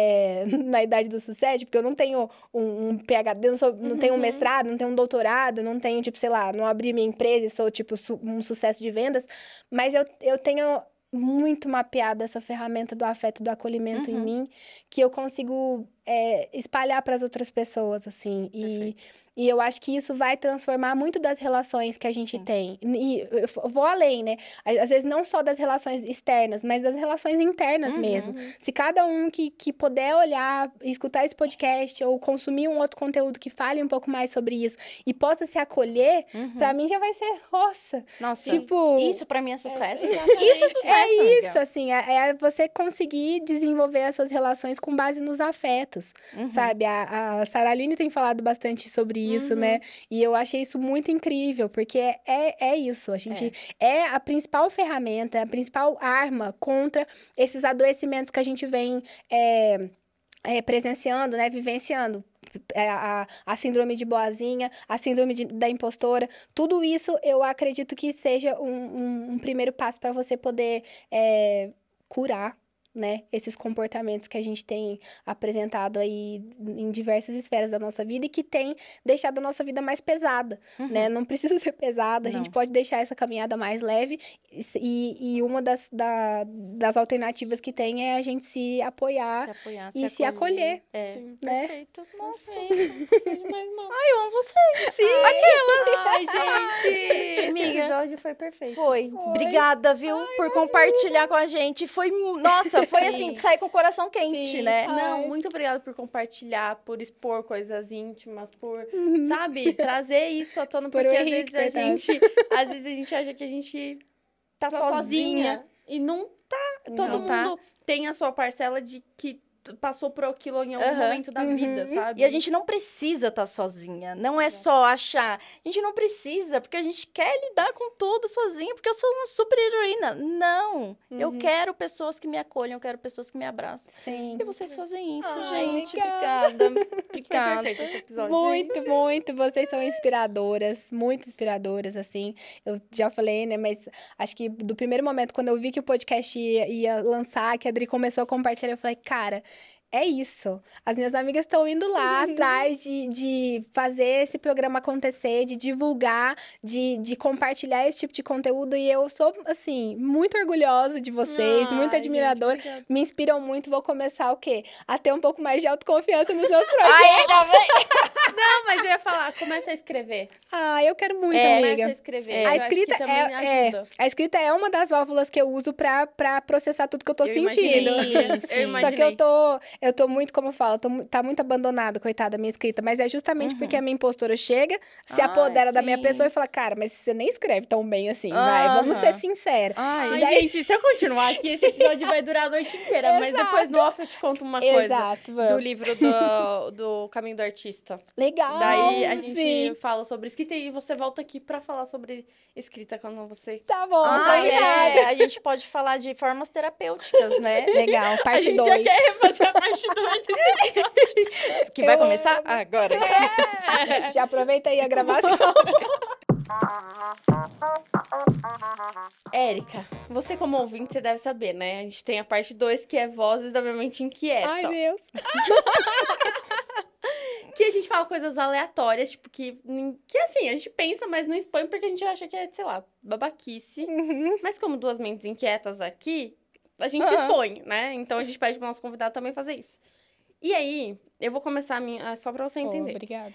Na idade do sucesso, porque eu não tenho um PhD, não tenho um mestrado, não tenho um doutorado, não tenho, tipo, sei lá, não abri minha empresa e sou, tipo, um sucesso de vendas, mas eu tenho muito mapeado essa ferramenta do afeto, do acolhimento em mim, que eu consigo espalhar para as outras pessoas, assim, e eu acho que isso vai transformar muito das relações que a gente tem. E eu vou além, né? Às vezes não só das relações externas, mas das relações internas mesmo. Se cada um que puder olhar, escutar esse podcast ou consumir um outro conteúdo que fale um pouco mais sobre isso e possa se acolher, pra mim já vai ser, Nossa, tipo... isso pra mim é sucesso. Isso é sucesso, amiga. isso, assim, é você conseguir desenvolver as suas relações com base nos afetos, sabe? A Saraline tem falado bastante sobre isso, né? E eu achei isso muito incrível, porque é isso. A gente é a principal ferramenta, a principal arma contra esses adoecimentos que a gente vem presenciando, né? Vivenciando. A síndrome de boazinha, a síndrome da impostora, tudo isso eu acredito que seja um primeiro passo para você poder curar, né, esses comportamentos que a gente tem apresentado aí em diversas esferas da nossa vida e que tem deixado a nossa vida mais pesada, né? Não precisa ser pesada, a gente pode deixar essa caminhada mais leve e uma das alternativas que tem é a gente se apoiar e se acolher. Né? Perfeito. Nossa. Não precisa de mais não. Ai, eu amo vocês. Sim. Ai, gente! Esse Amiga. episódio foi perfeito. Foi. Obrigada, viu, por compartilhar com a gente. Nossa, foi assim, de sair com o coração quente, né? Não, muito obrigada por compartilhar, por expor coisas íntimas, por, sabe, trazer isso à tona, Expor porque o às Henrique, vezes a gente acha que a gente Tá sozinha. e não tá. Todo Não tá. mundo tem a sua parcela de que passou por aquilo em algum momento da vida, sabe? E a gente não precisa estar sozinha. Não é só achar. A gente não precisa, porque a gente quer lidar com tudo sozinha, porque eu sou uma super heroína. Não. Eu quero pessoas que me acolham, eu quero pessoas que me abraçam. Sim. E vocês fazem isso, Ai, gente. legal. Obrigada. Foi Obrigada. perfeito esse episódio. Muito, muito. Vocês são inspiradoras, muito inspiradoras, assim. Eu já falei, né? Mas acho que do primeiro momento, quando eu vi que o podcast ia lançar, que a Adri começou a compartilhar, eu falei, cara, é isso. As minhas amigas estão indo lá atrás de fazer esse programa acontecer, de divulgar, de compartilhar esse tipo de conteúdo. E eu sou, assim, muito orgulhosa de vocês, muito admiradora. Gente, Me inspiram muito. Vou começar o quê? A ter um pouco mais de autoconfiança nos meus projetos. Ai, ainda bem. não, mas eu ia falar, começa a escrever. Ah, eu quero muito, Começa amiga. a escrever. A Eu acho que escrita também ajuda. a escrita é uma das válvulas que eu uso pra processar tudo que eu tô Eu sentindo. imaginei. Sim, Eu imaginei. Só que eu tô... Eu tô muito, como eu falo, tá muito abandonada, coitada, a minha escrita. Mas é justamente porque a minha impostora chega, se apodera da minha sim. pessoa e fala, cara, mas você nem escreve tão bem assim, vai, vamos ser sinceros. Ai, daí- gente, se eu continuar aqui, esse episódio vai durar a noite inteira. Mas depois no off eu te conto uma coisa. Exato, Do vamos. livro do Caminho do Artista. Legal, Daí a gente sim. fala sobre escrita e você volta aqui pra falar sobre escrita quando você... Tá bom, A gente pode falar de formas terapêuticas, né? Legal, A parte gente 2. já quer fazer a parte 2. Que vai Eu começar agora. Já aproveita aí a gravação. Érica, você como ouvinte, você deve saber, né? A gente tem a parte 2, que é Vozes da Minha Mente Inquieta. Ai, Deus. Que a gente fala coisas aleatórias, tipo, que assim, a gente pensa, mas não expõe porque a gente acha que é, sei lá, babaquice. Mas como duas mentes inquietas aqui, a gente expõe, né? Então a gente pede pro nosso convidado também fazer isso. E aí, eu vou começar a minha... Só pra você entender. Obrigada.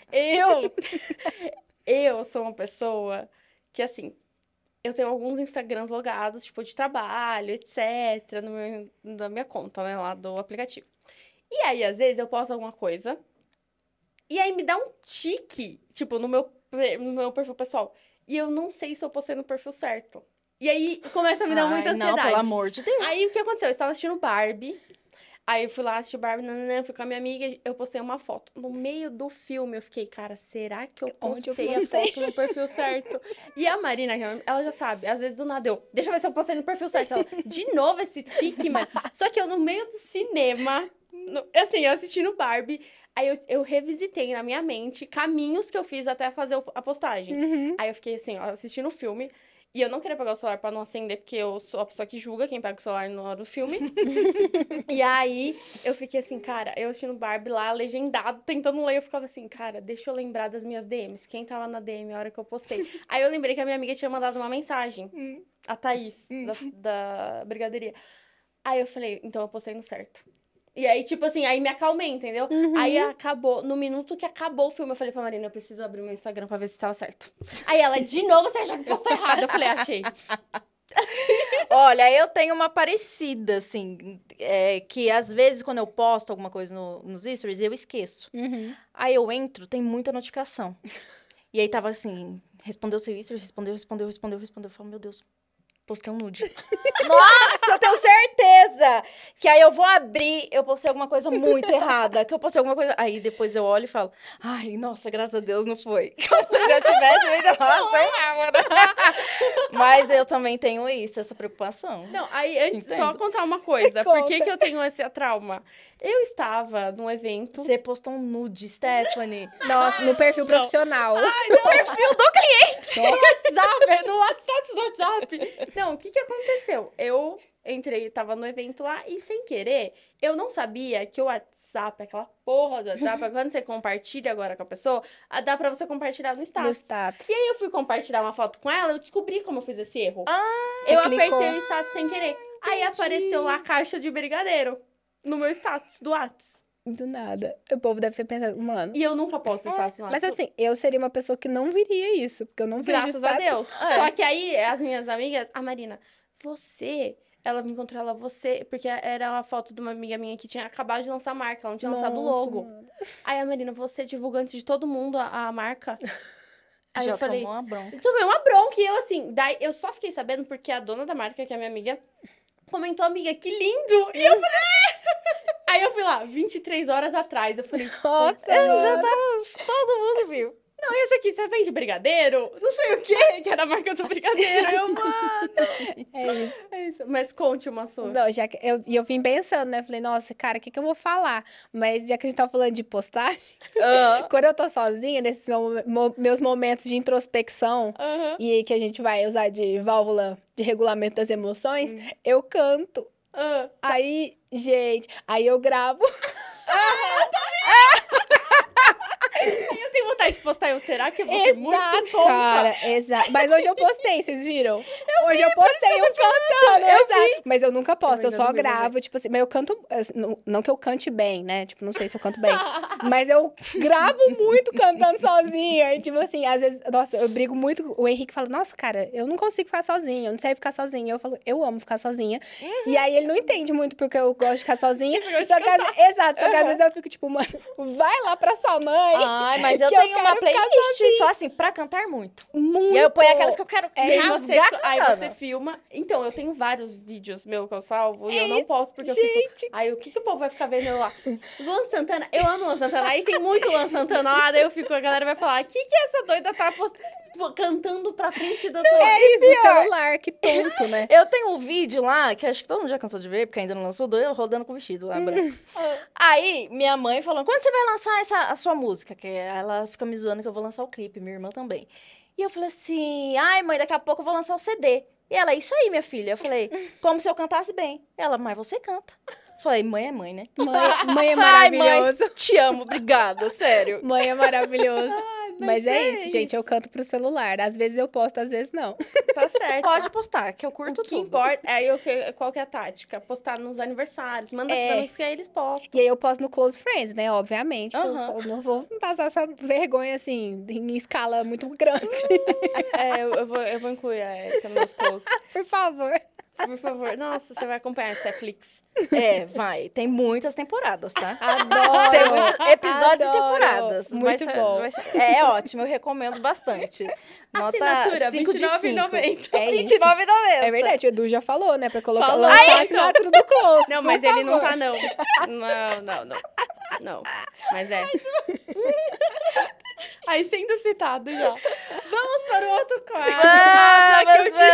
Eu sou uma pessoa que, assim, eu tenho alguns Instagrams logados, tipo, de trabalho, etc., na minha conta, né, lá do aplicativo. E aí, às vezes, eu posto alguma coisa, e aí me dá um tique, tipo, no meu perfil pessoal. E eu não sei se eu postei no perfil certo. E aí, começa a me dar muita ansiedade. Não, pelo amor de Deus. Aí, o que aconteceu? Eu estava assistindo Barbie. Aí eu fui lá assistir Barbie, fui com a minha amiga e eu postei uma foto. No meio do filme, eu fiquei, cara, será que eu Onde eu postei a postei? foto no perfil certo? E a Marina, ela já sabe, às vezes do nada deixa eu ver se eu postei no perfil certo. Ela, de novo esse tique, mano. Só que eu no meio do cinema, eu assistindo Barbie, aí eu revisitei na minha mente caminhos que eu fiz até fazer a postagem. Aí eu fiquei assim, ó, assistindo o filme. E eu não queria pegar o celular pra não acender, porque eu sou a pessoa que julga quem pega o celular na hora do filme. E aí, eu fiquei assim, cara, eu assistindo Barbie lá, legendado, tentando ler. Eu ficava assim, cara, deixa eu lembrar das minhas DMs. Quem tava na DM a hora que eu postei? Aí eu lembrei que a minha amiga tinha mandado uma mensagem. A Thaís, da brigadeiria. Aí eu falei, então eu postei no certo. E aí, tipo assim, aí me acalmei, entendeu? Aí acabou, no minuto que acabou o filme, eu falei pra Marina, eu preciso abrir meu Instagram pra ver se tava certo. Aí ela, de novo, você achou que postou errado? Eu falei, achei. Olha, eu tenho uma parecida, assim, que às vezes quando eu posto alguma coisa nos stories, eu esqueço. Aí eu entro, tem muita notificação. E aí tava assim, respondeu seu stories, respondeu. Eu falo, meu Deus, postei um nude. Nossa, eu tenho certeza! Que aí eu vou abrir, eu postei alguma coisa muito errada. Aí depois eu olho e falo, ai, nossa, graças a Deus não foi. Se eu tivesse feito, mas eu também tenho essa preocupação. Não, aí antes, Te só entendo. contar uma coisa. Conta. Por que eu tenho esse trauma? Eu estava num evento... Você postou um nude, Stephanie. Nossa, no perfil profissional. No perfil do cliente. No WhatsApp. Não, o que aconteceu? Eu entrei, tava no evento lá e sem querer, eu não sabia que o WhatsApp, aquela porra do WhatsApp, quando você compartilha agora com a pessoa, dá pra você compartilhar no status. No status. E aí eu fui compartilhar uma foto com ela, eu descobri como eu fiz esse erro. Você Eu clicou. apertei o status sem querer. Aí apareceu lá a caixa de brigadeiro no meu status do WhatsApp. Do nada. O povo deve ter pensado, mano... E eu nunca posto status no Mas WhatsApp. assim, eu seria uma pessoa que não viria isso, porque eu não vejo Graças a status. Deus. Só que aí, as minhas amigas, a Marina, ela me encontrou, porque era uma foto de uma amiga minha que tinha acabado de lançar a marca, ela não tinha lançado o Nossa, logo. mano. Aí a Marina, você divulga antes de todo mundo a marca. Aí Já eu falei, tomou uma bronca. tomei uma bronca, e eu assim, daí eu só fiquei sabendo porque a dona da marca, que é a minha amiga, comentou, amiga, que lindo! E eu falei, Aí eu fui lá, 23 horas atrás, eu falei, Nossa, Já mano. tava, todo mundo viu. não, esse aqui, você vende brigadeiro? Não sei o quê, que era a marca do brigadeiro. Eu, mano, É isso. é isso. Mas conte uma sua. Não, já que eu vim pensando, né? Falei, nossa, cara, o que eu vou falar? Mas já que a gente tá falando de postagem, quando eu tô sozinha, nesses meus momentos de introspecção, Aham. e que a gente vai usar de válvula de regulamento das emoções, eu canto. Ah. Aí, gente, aí eu gravo. Eu tenho vontade vontade de postar eu. Será que eu vou ser muito tonta? Cara, exato. Mas hoje eu postei, vocês viram? Hoje eu postei eu cantando, exato. Mas eu nunca posto, eu ainda só não vi, gravo, tipo assim, mas eu canto, não que eu cante bem, né? Tipo, não sei se eu canto bem. Mas eu gravo muito cantando sozinha. E, tipo assim, às vezes, nossa, eu brigo muito. O Henrique fala, nossa, cara, eu não consigo ficar sozinha, eu não sei ficar sozinha. Eu falo, eu amo ficar sozinha. E aí ele não entende muito porque eu gosto de ficar sozinha. Só que, exato, só que às vezes eu fico tipo, mano, vai lá pra sua mãe. Ai, mas eu que eu tenho uma quero ficar playlist só assim, pra cantar muito. Muito. E aí eu ponho aquelas que eu quero Aí rasgar aí cantando. você filma. Então, eu tenho vários vídeos meus que eu salvo e eu não posto porque eu fico. Aí o que o povo vai ficar vendo eu lá? Luan Santana, eu amo Luan Santana. Aí tem muito Luan Santana lá, daí eu fico, a galera vai falar: que essa doida tá cantando pra frente do. É isso, do celular, que tonto, né? Eu tenho um vídeo lá, que acho que todo mundo já cansou de ver, porque ainda não lançou, eu rodando com vestido lá, branco. Aí, minha mãe falando, quando você vai lançar a sua música? Que ela fica me zoando que eu vou lançar o clipe, minha irmã também. E eu falei assim, ai mãe, daqui a pouco eu vou lançar o CD. E ela, isso aí, minha filha. Eu falei, como se eu cantasse bem. Ela, mas você canta. Eu falei, mãe é mãe, né? Mãe é Ai, maravilhoso. mãe, te amo, obrigada, sério. Mãe é maravilhoso. Mas é é isso, gente. Eu canto pro celular. Às vezes eu posto, às vezes não. Tá certo. Pode postar, que eu curto O que tudo. importa qual que é a tática? Postar nos aniversários. Manda pros amigos que aí eles postam. E aí eu posto no Close Friends, né? Obviamente. Aham. Eu não vou passar essa vergonha, assim, em escala muito grande. Eu vou incluir a Erika nos meus posts. Por favor. Por favor. Nossa, você vai acompanhar esse Netflix. É, vai. Tem muitas temporadas, tá? Adoro. Tem muitos episódios Adoro. e temporadas. Muito bom. É ótimo, eu recomendo bastante. Nota Assinatura, 5 de 5. R$29,90. É isso. R$29,90. É verdade, o Edu já falou, né? Pra colocar Falou. lançar a Então. assinatura do Close. Não, mas ele não tá, não. Não. Mas é. Aí sendo citado já. Vamos para o outro quadro. Habla que eu te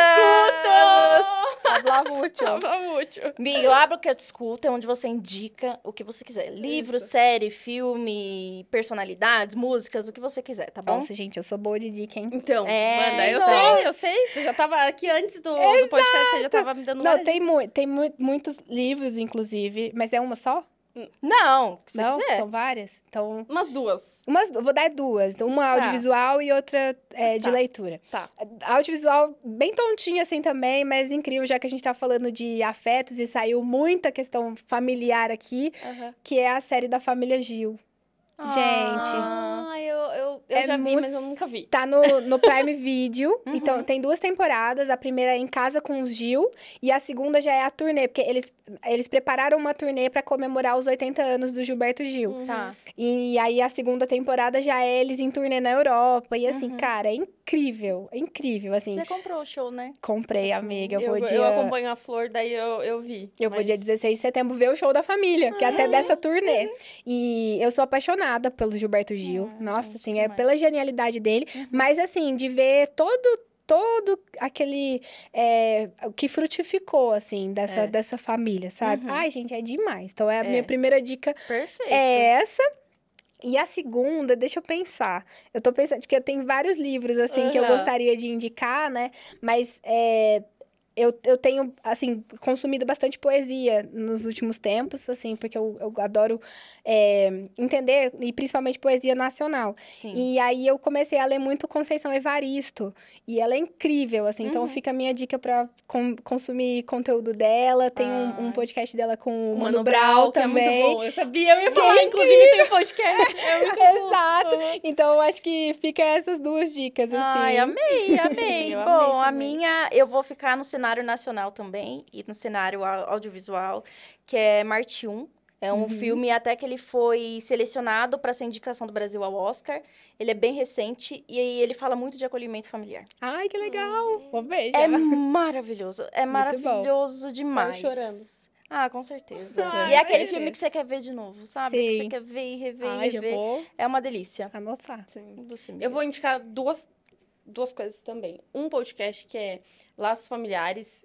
escuto. Habla muito. Habla muito. Amiga, o Habla que eu te escuto é onde você indica o que você quiser. Livro, série, filme, personalidades, músicas, o que você quiser, tá bom? Nossa, gente, eu sou boa de dica, hein? Então, É, manda. Eu sei. Você já tava aqui antes do podcast, você já tava me dando Não, várias tem muitos livros, inclusive. Mas é uma só? Não, o que você Não? quiser. São várias? Então, umas duas. vou dar duas. Então, uma audiovisual e outra de Tá. leitura. Tá. A audiovisual, bem tontinha assim também, mas incrível, já que a gente tá falando de afetos e saiu muita questão familiar aqui, que é a série da família Gil. Gente, Eu É já vi, muito- mas eu nunca vi. tá no Prime Video. Então, tem 2 temporadas. A primeira é Em Casa com os Gil. E a segunda já é a turnê. Porque eles prepararam uma turnê pra comemorar os 80 anos do Gilberto Gil. Tá. E aí, a segunda temporada já é eles em turnê na Europa. E assim, cara, é incrível. É incrível, assim. Você comprou o show, né? Comprei, amiga. Eu acompanho a Flor, daí eu vi. Eu vou mas- dia 16 de setembro ver o show da família, que é até dessa turnê. E eu sou apaixonada pelo Gilberto Gil. Nossa, gente, assim, é demais. pela genialidade dele. Mas, assim, de ver todo aquele... o que frutificou, assim, dessa família, sabe? Ai, gente, é demais. Então, a minha primeira dica Perfeito. é essa. E a segunda, deixa eu pensar. Eu tô pensando, porque tem vários livros, assim, que eu Aham. gostaria de indicar, né? Mas eu tenho, assim, consumido bastante poesia nos últimos tempos, assim, porque eu adoro entender, e principalmente poesia nacional. Sim. E aí eu comecei a ler muito Conceição Evaristo. E ela é incrível, assim. Então fica a minha dica pra consumir conteúdo dela. Tem um podcast dela com o Mano Brown que também. é muito bom. Eu sabia, eu ia falar, inclusive tem um podcast. É muito bom. Exato. Então, eu acho que fica essas duas dicas, assim. Ai, amei. Eu Bom, amei a também. minha, eu vou ficar no cenário nacional também e no cenário audiovisual, que é Marte 1. É um filme até que ele foi selecionado para ser indicação do Brasil ao Oscar. Ele é bem recente e aí ele fala muito de acolhimento familiar. Ai, que legal. Vou ver já. É maravilhoso. É Muito bom. maravilhoso demais. Saiu chorando. Ah, com certeza. Ai, E é aquele certeza. filme que você quer ver de novo, sabe? Que Sim. você quer ver e rever Ai, e já rever. vou É uma delícia. anotar. Você Eu vou indicar duas coisas também. Um podcast que é Laços Familiares.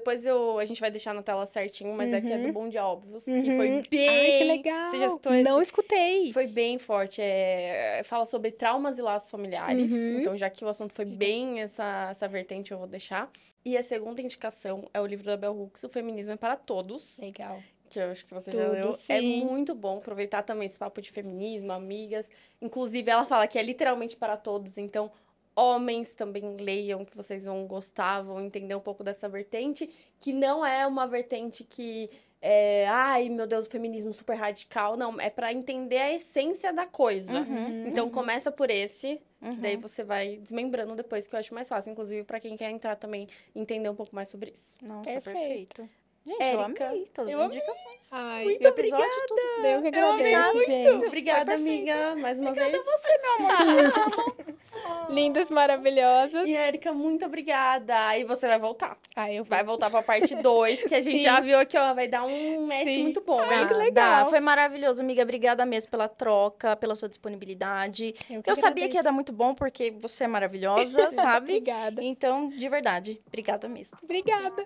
A gente vai deixar na tela certinho, mas é que é do Bom Dia Óbvios, que foi bem... Ai, que legal. Você já citou Não esse? escutei. Foi bem forte. Fala sobre traumas e laços familiares. Então, já que o assunto foi bem essa vertente, eu vou deixar. E a segunda indicação é o livro da Bell Hooks, O Feminismo é para Todos. Legal. que eu acho que você já Tudo, leu. É sim. muito bom aproveitar também esse papo de feminismo, amigas. Inclusive, ela fala que é literalmente para todos, então homens também leiam, que vocês vão gostar, vão entender um pouco dessa vertente, que não é uma vertente que é, ai, meu Deus, o feminismo super radical. Não, é para entender a essência da coisa. Então, começa por esse, que daí você vai desmembrando depois, que eu acho mais fácil. Inclusive, para quem quer entrar também, entender um pouco mais sobre isso. Nossa, Perfeito. perfeito. Gente, Érica, eu amei todas eu as amei. indicações. Ai, O episódio, tudo. eu que Eu amei agradeço, muito. gente. Obrigada, Foi perfeito. amiga, mais uma vez. Você, meu amor, te amo. Lindas, maravilhosas. E, Érica, muito obrigada. Aí você vai voltar. Ai, eu vou. Vai voltar pra parte 2, que a gente Sim. já viu aqui, ó. Vai dar um match Sim. muito bom, Ai, né? que legal. Foi maravilhoso, amiga. Obrigada mesmo pela troca, pela sua disponibilidade. que Eu sabia que ia agradeço. dar muito bom, porque você é maravilhosa, sabe? Obrigada. Então, de verdade, obrigada mesmo. Obrigada.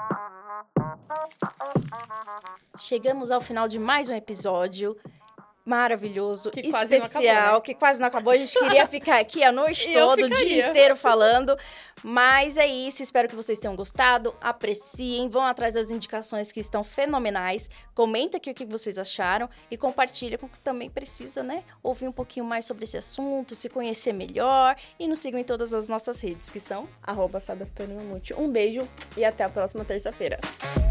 Chegamos ao final de mais um episódio maravilhoso, Que quase não especial, acabou, né? que quase não acabou. A gente queria ficar aqui a noite Eu toda, o dia ficaria. inteiro falando. Mas é isso, espero que vocês tenham gostado, apreciem, vão atrás das indicações que estão fenomenais. Comenta aqui o que vocês acharam e compartilha com quem também precisa, né? Ouvir um pouquinho mais sobre esse assunto, se conhecer melhor. E nos sigam em todas as nossas redes, que são... @Sebastiana Mamute. Um beijo e até a próxima terça-feira.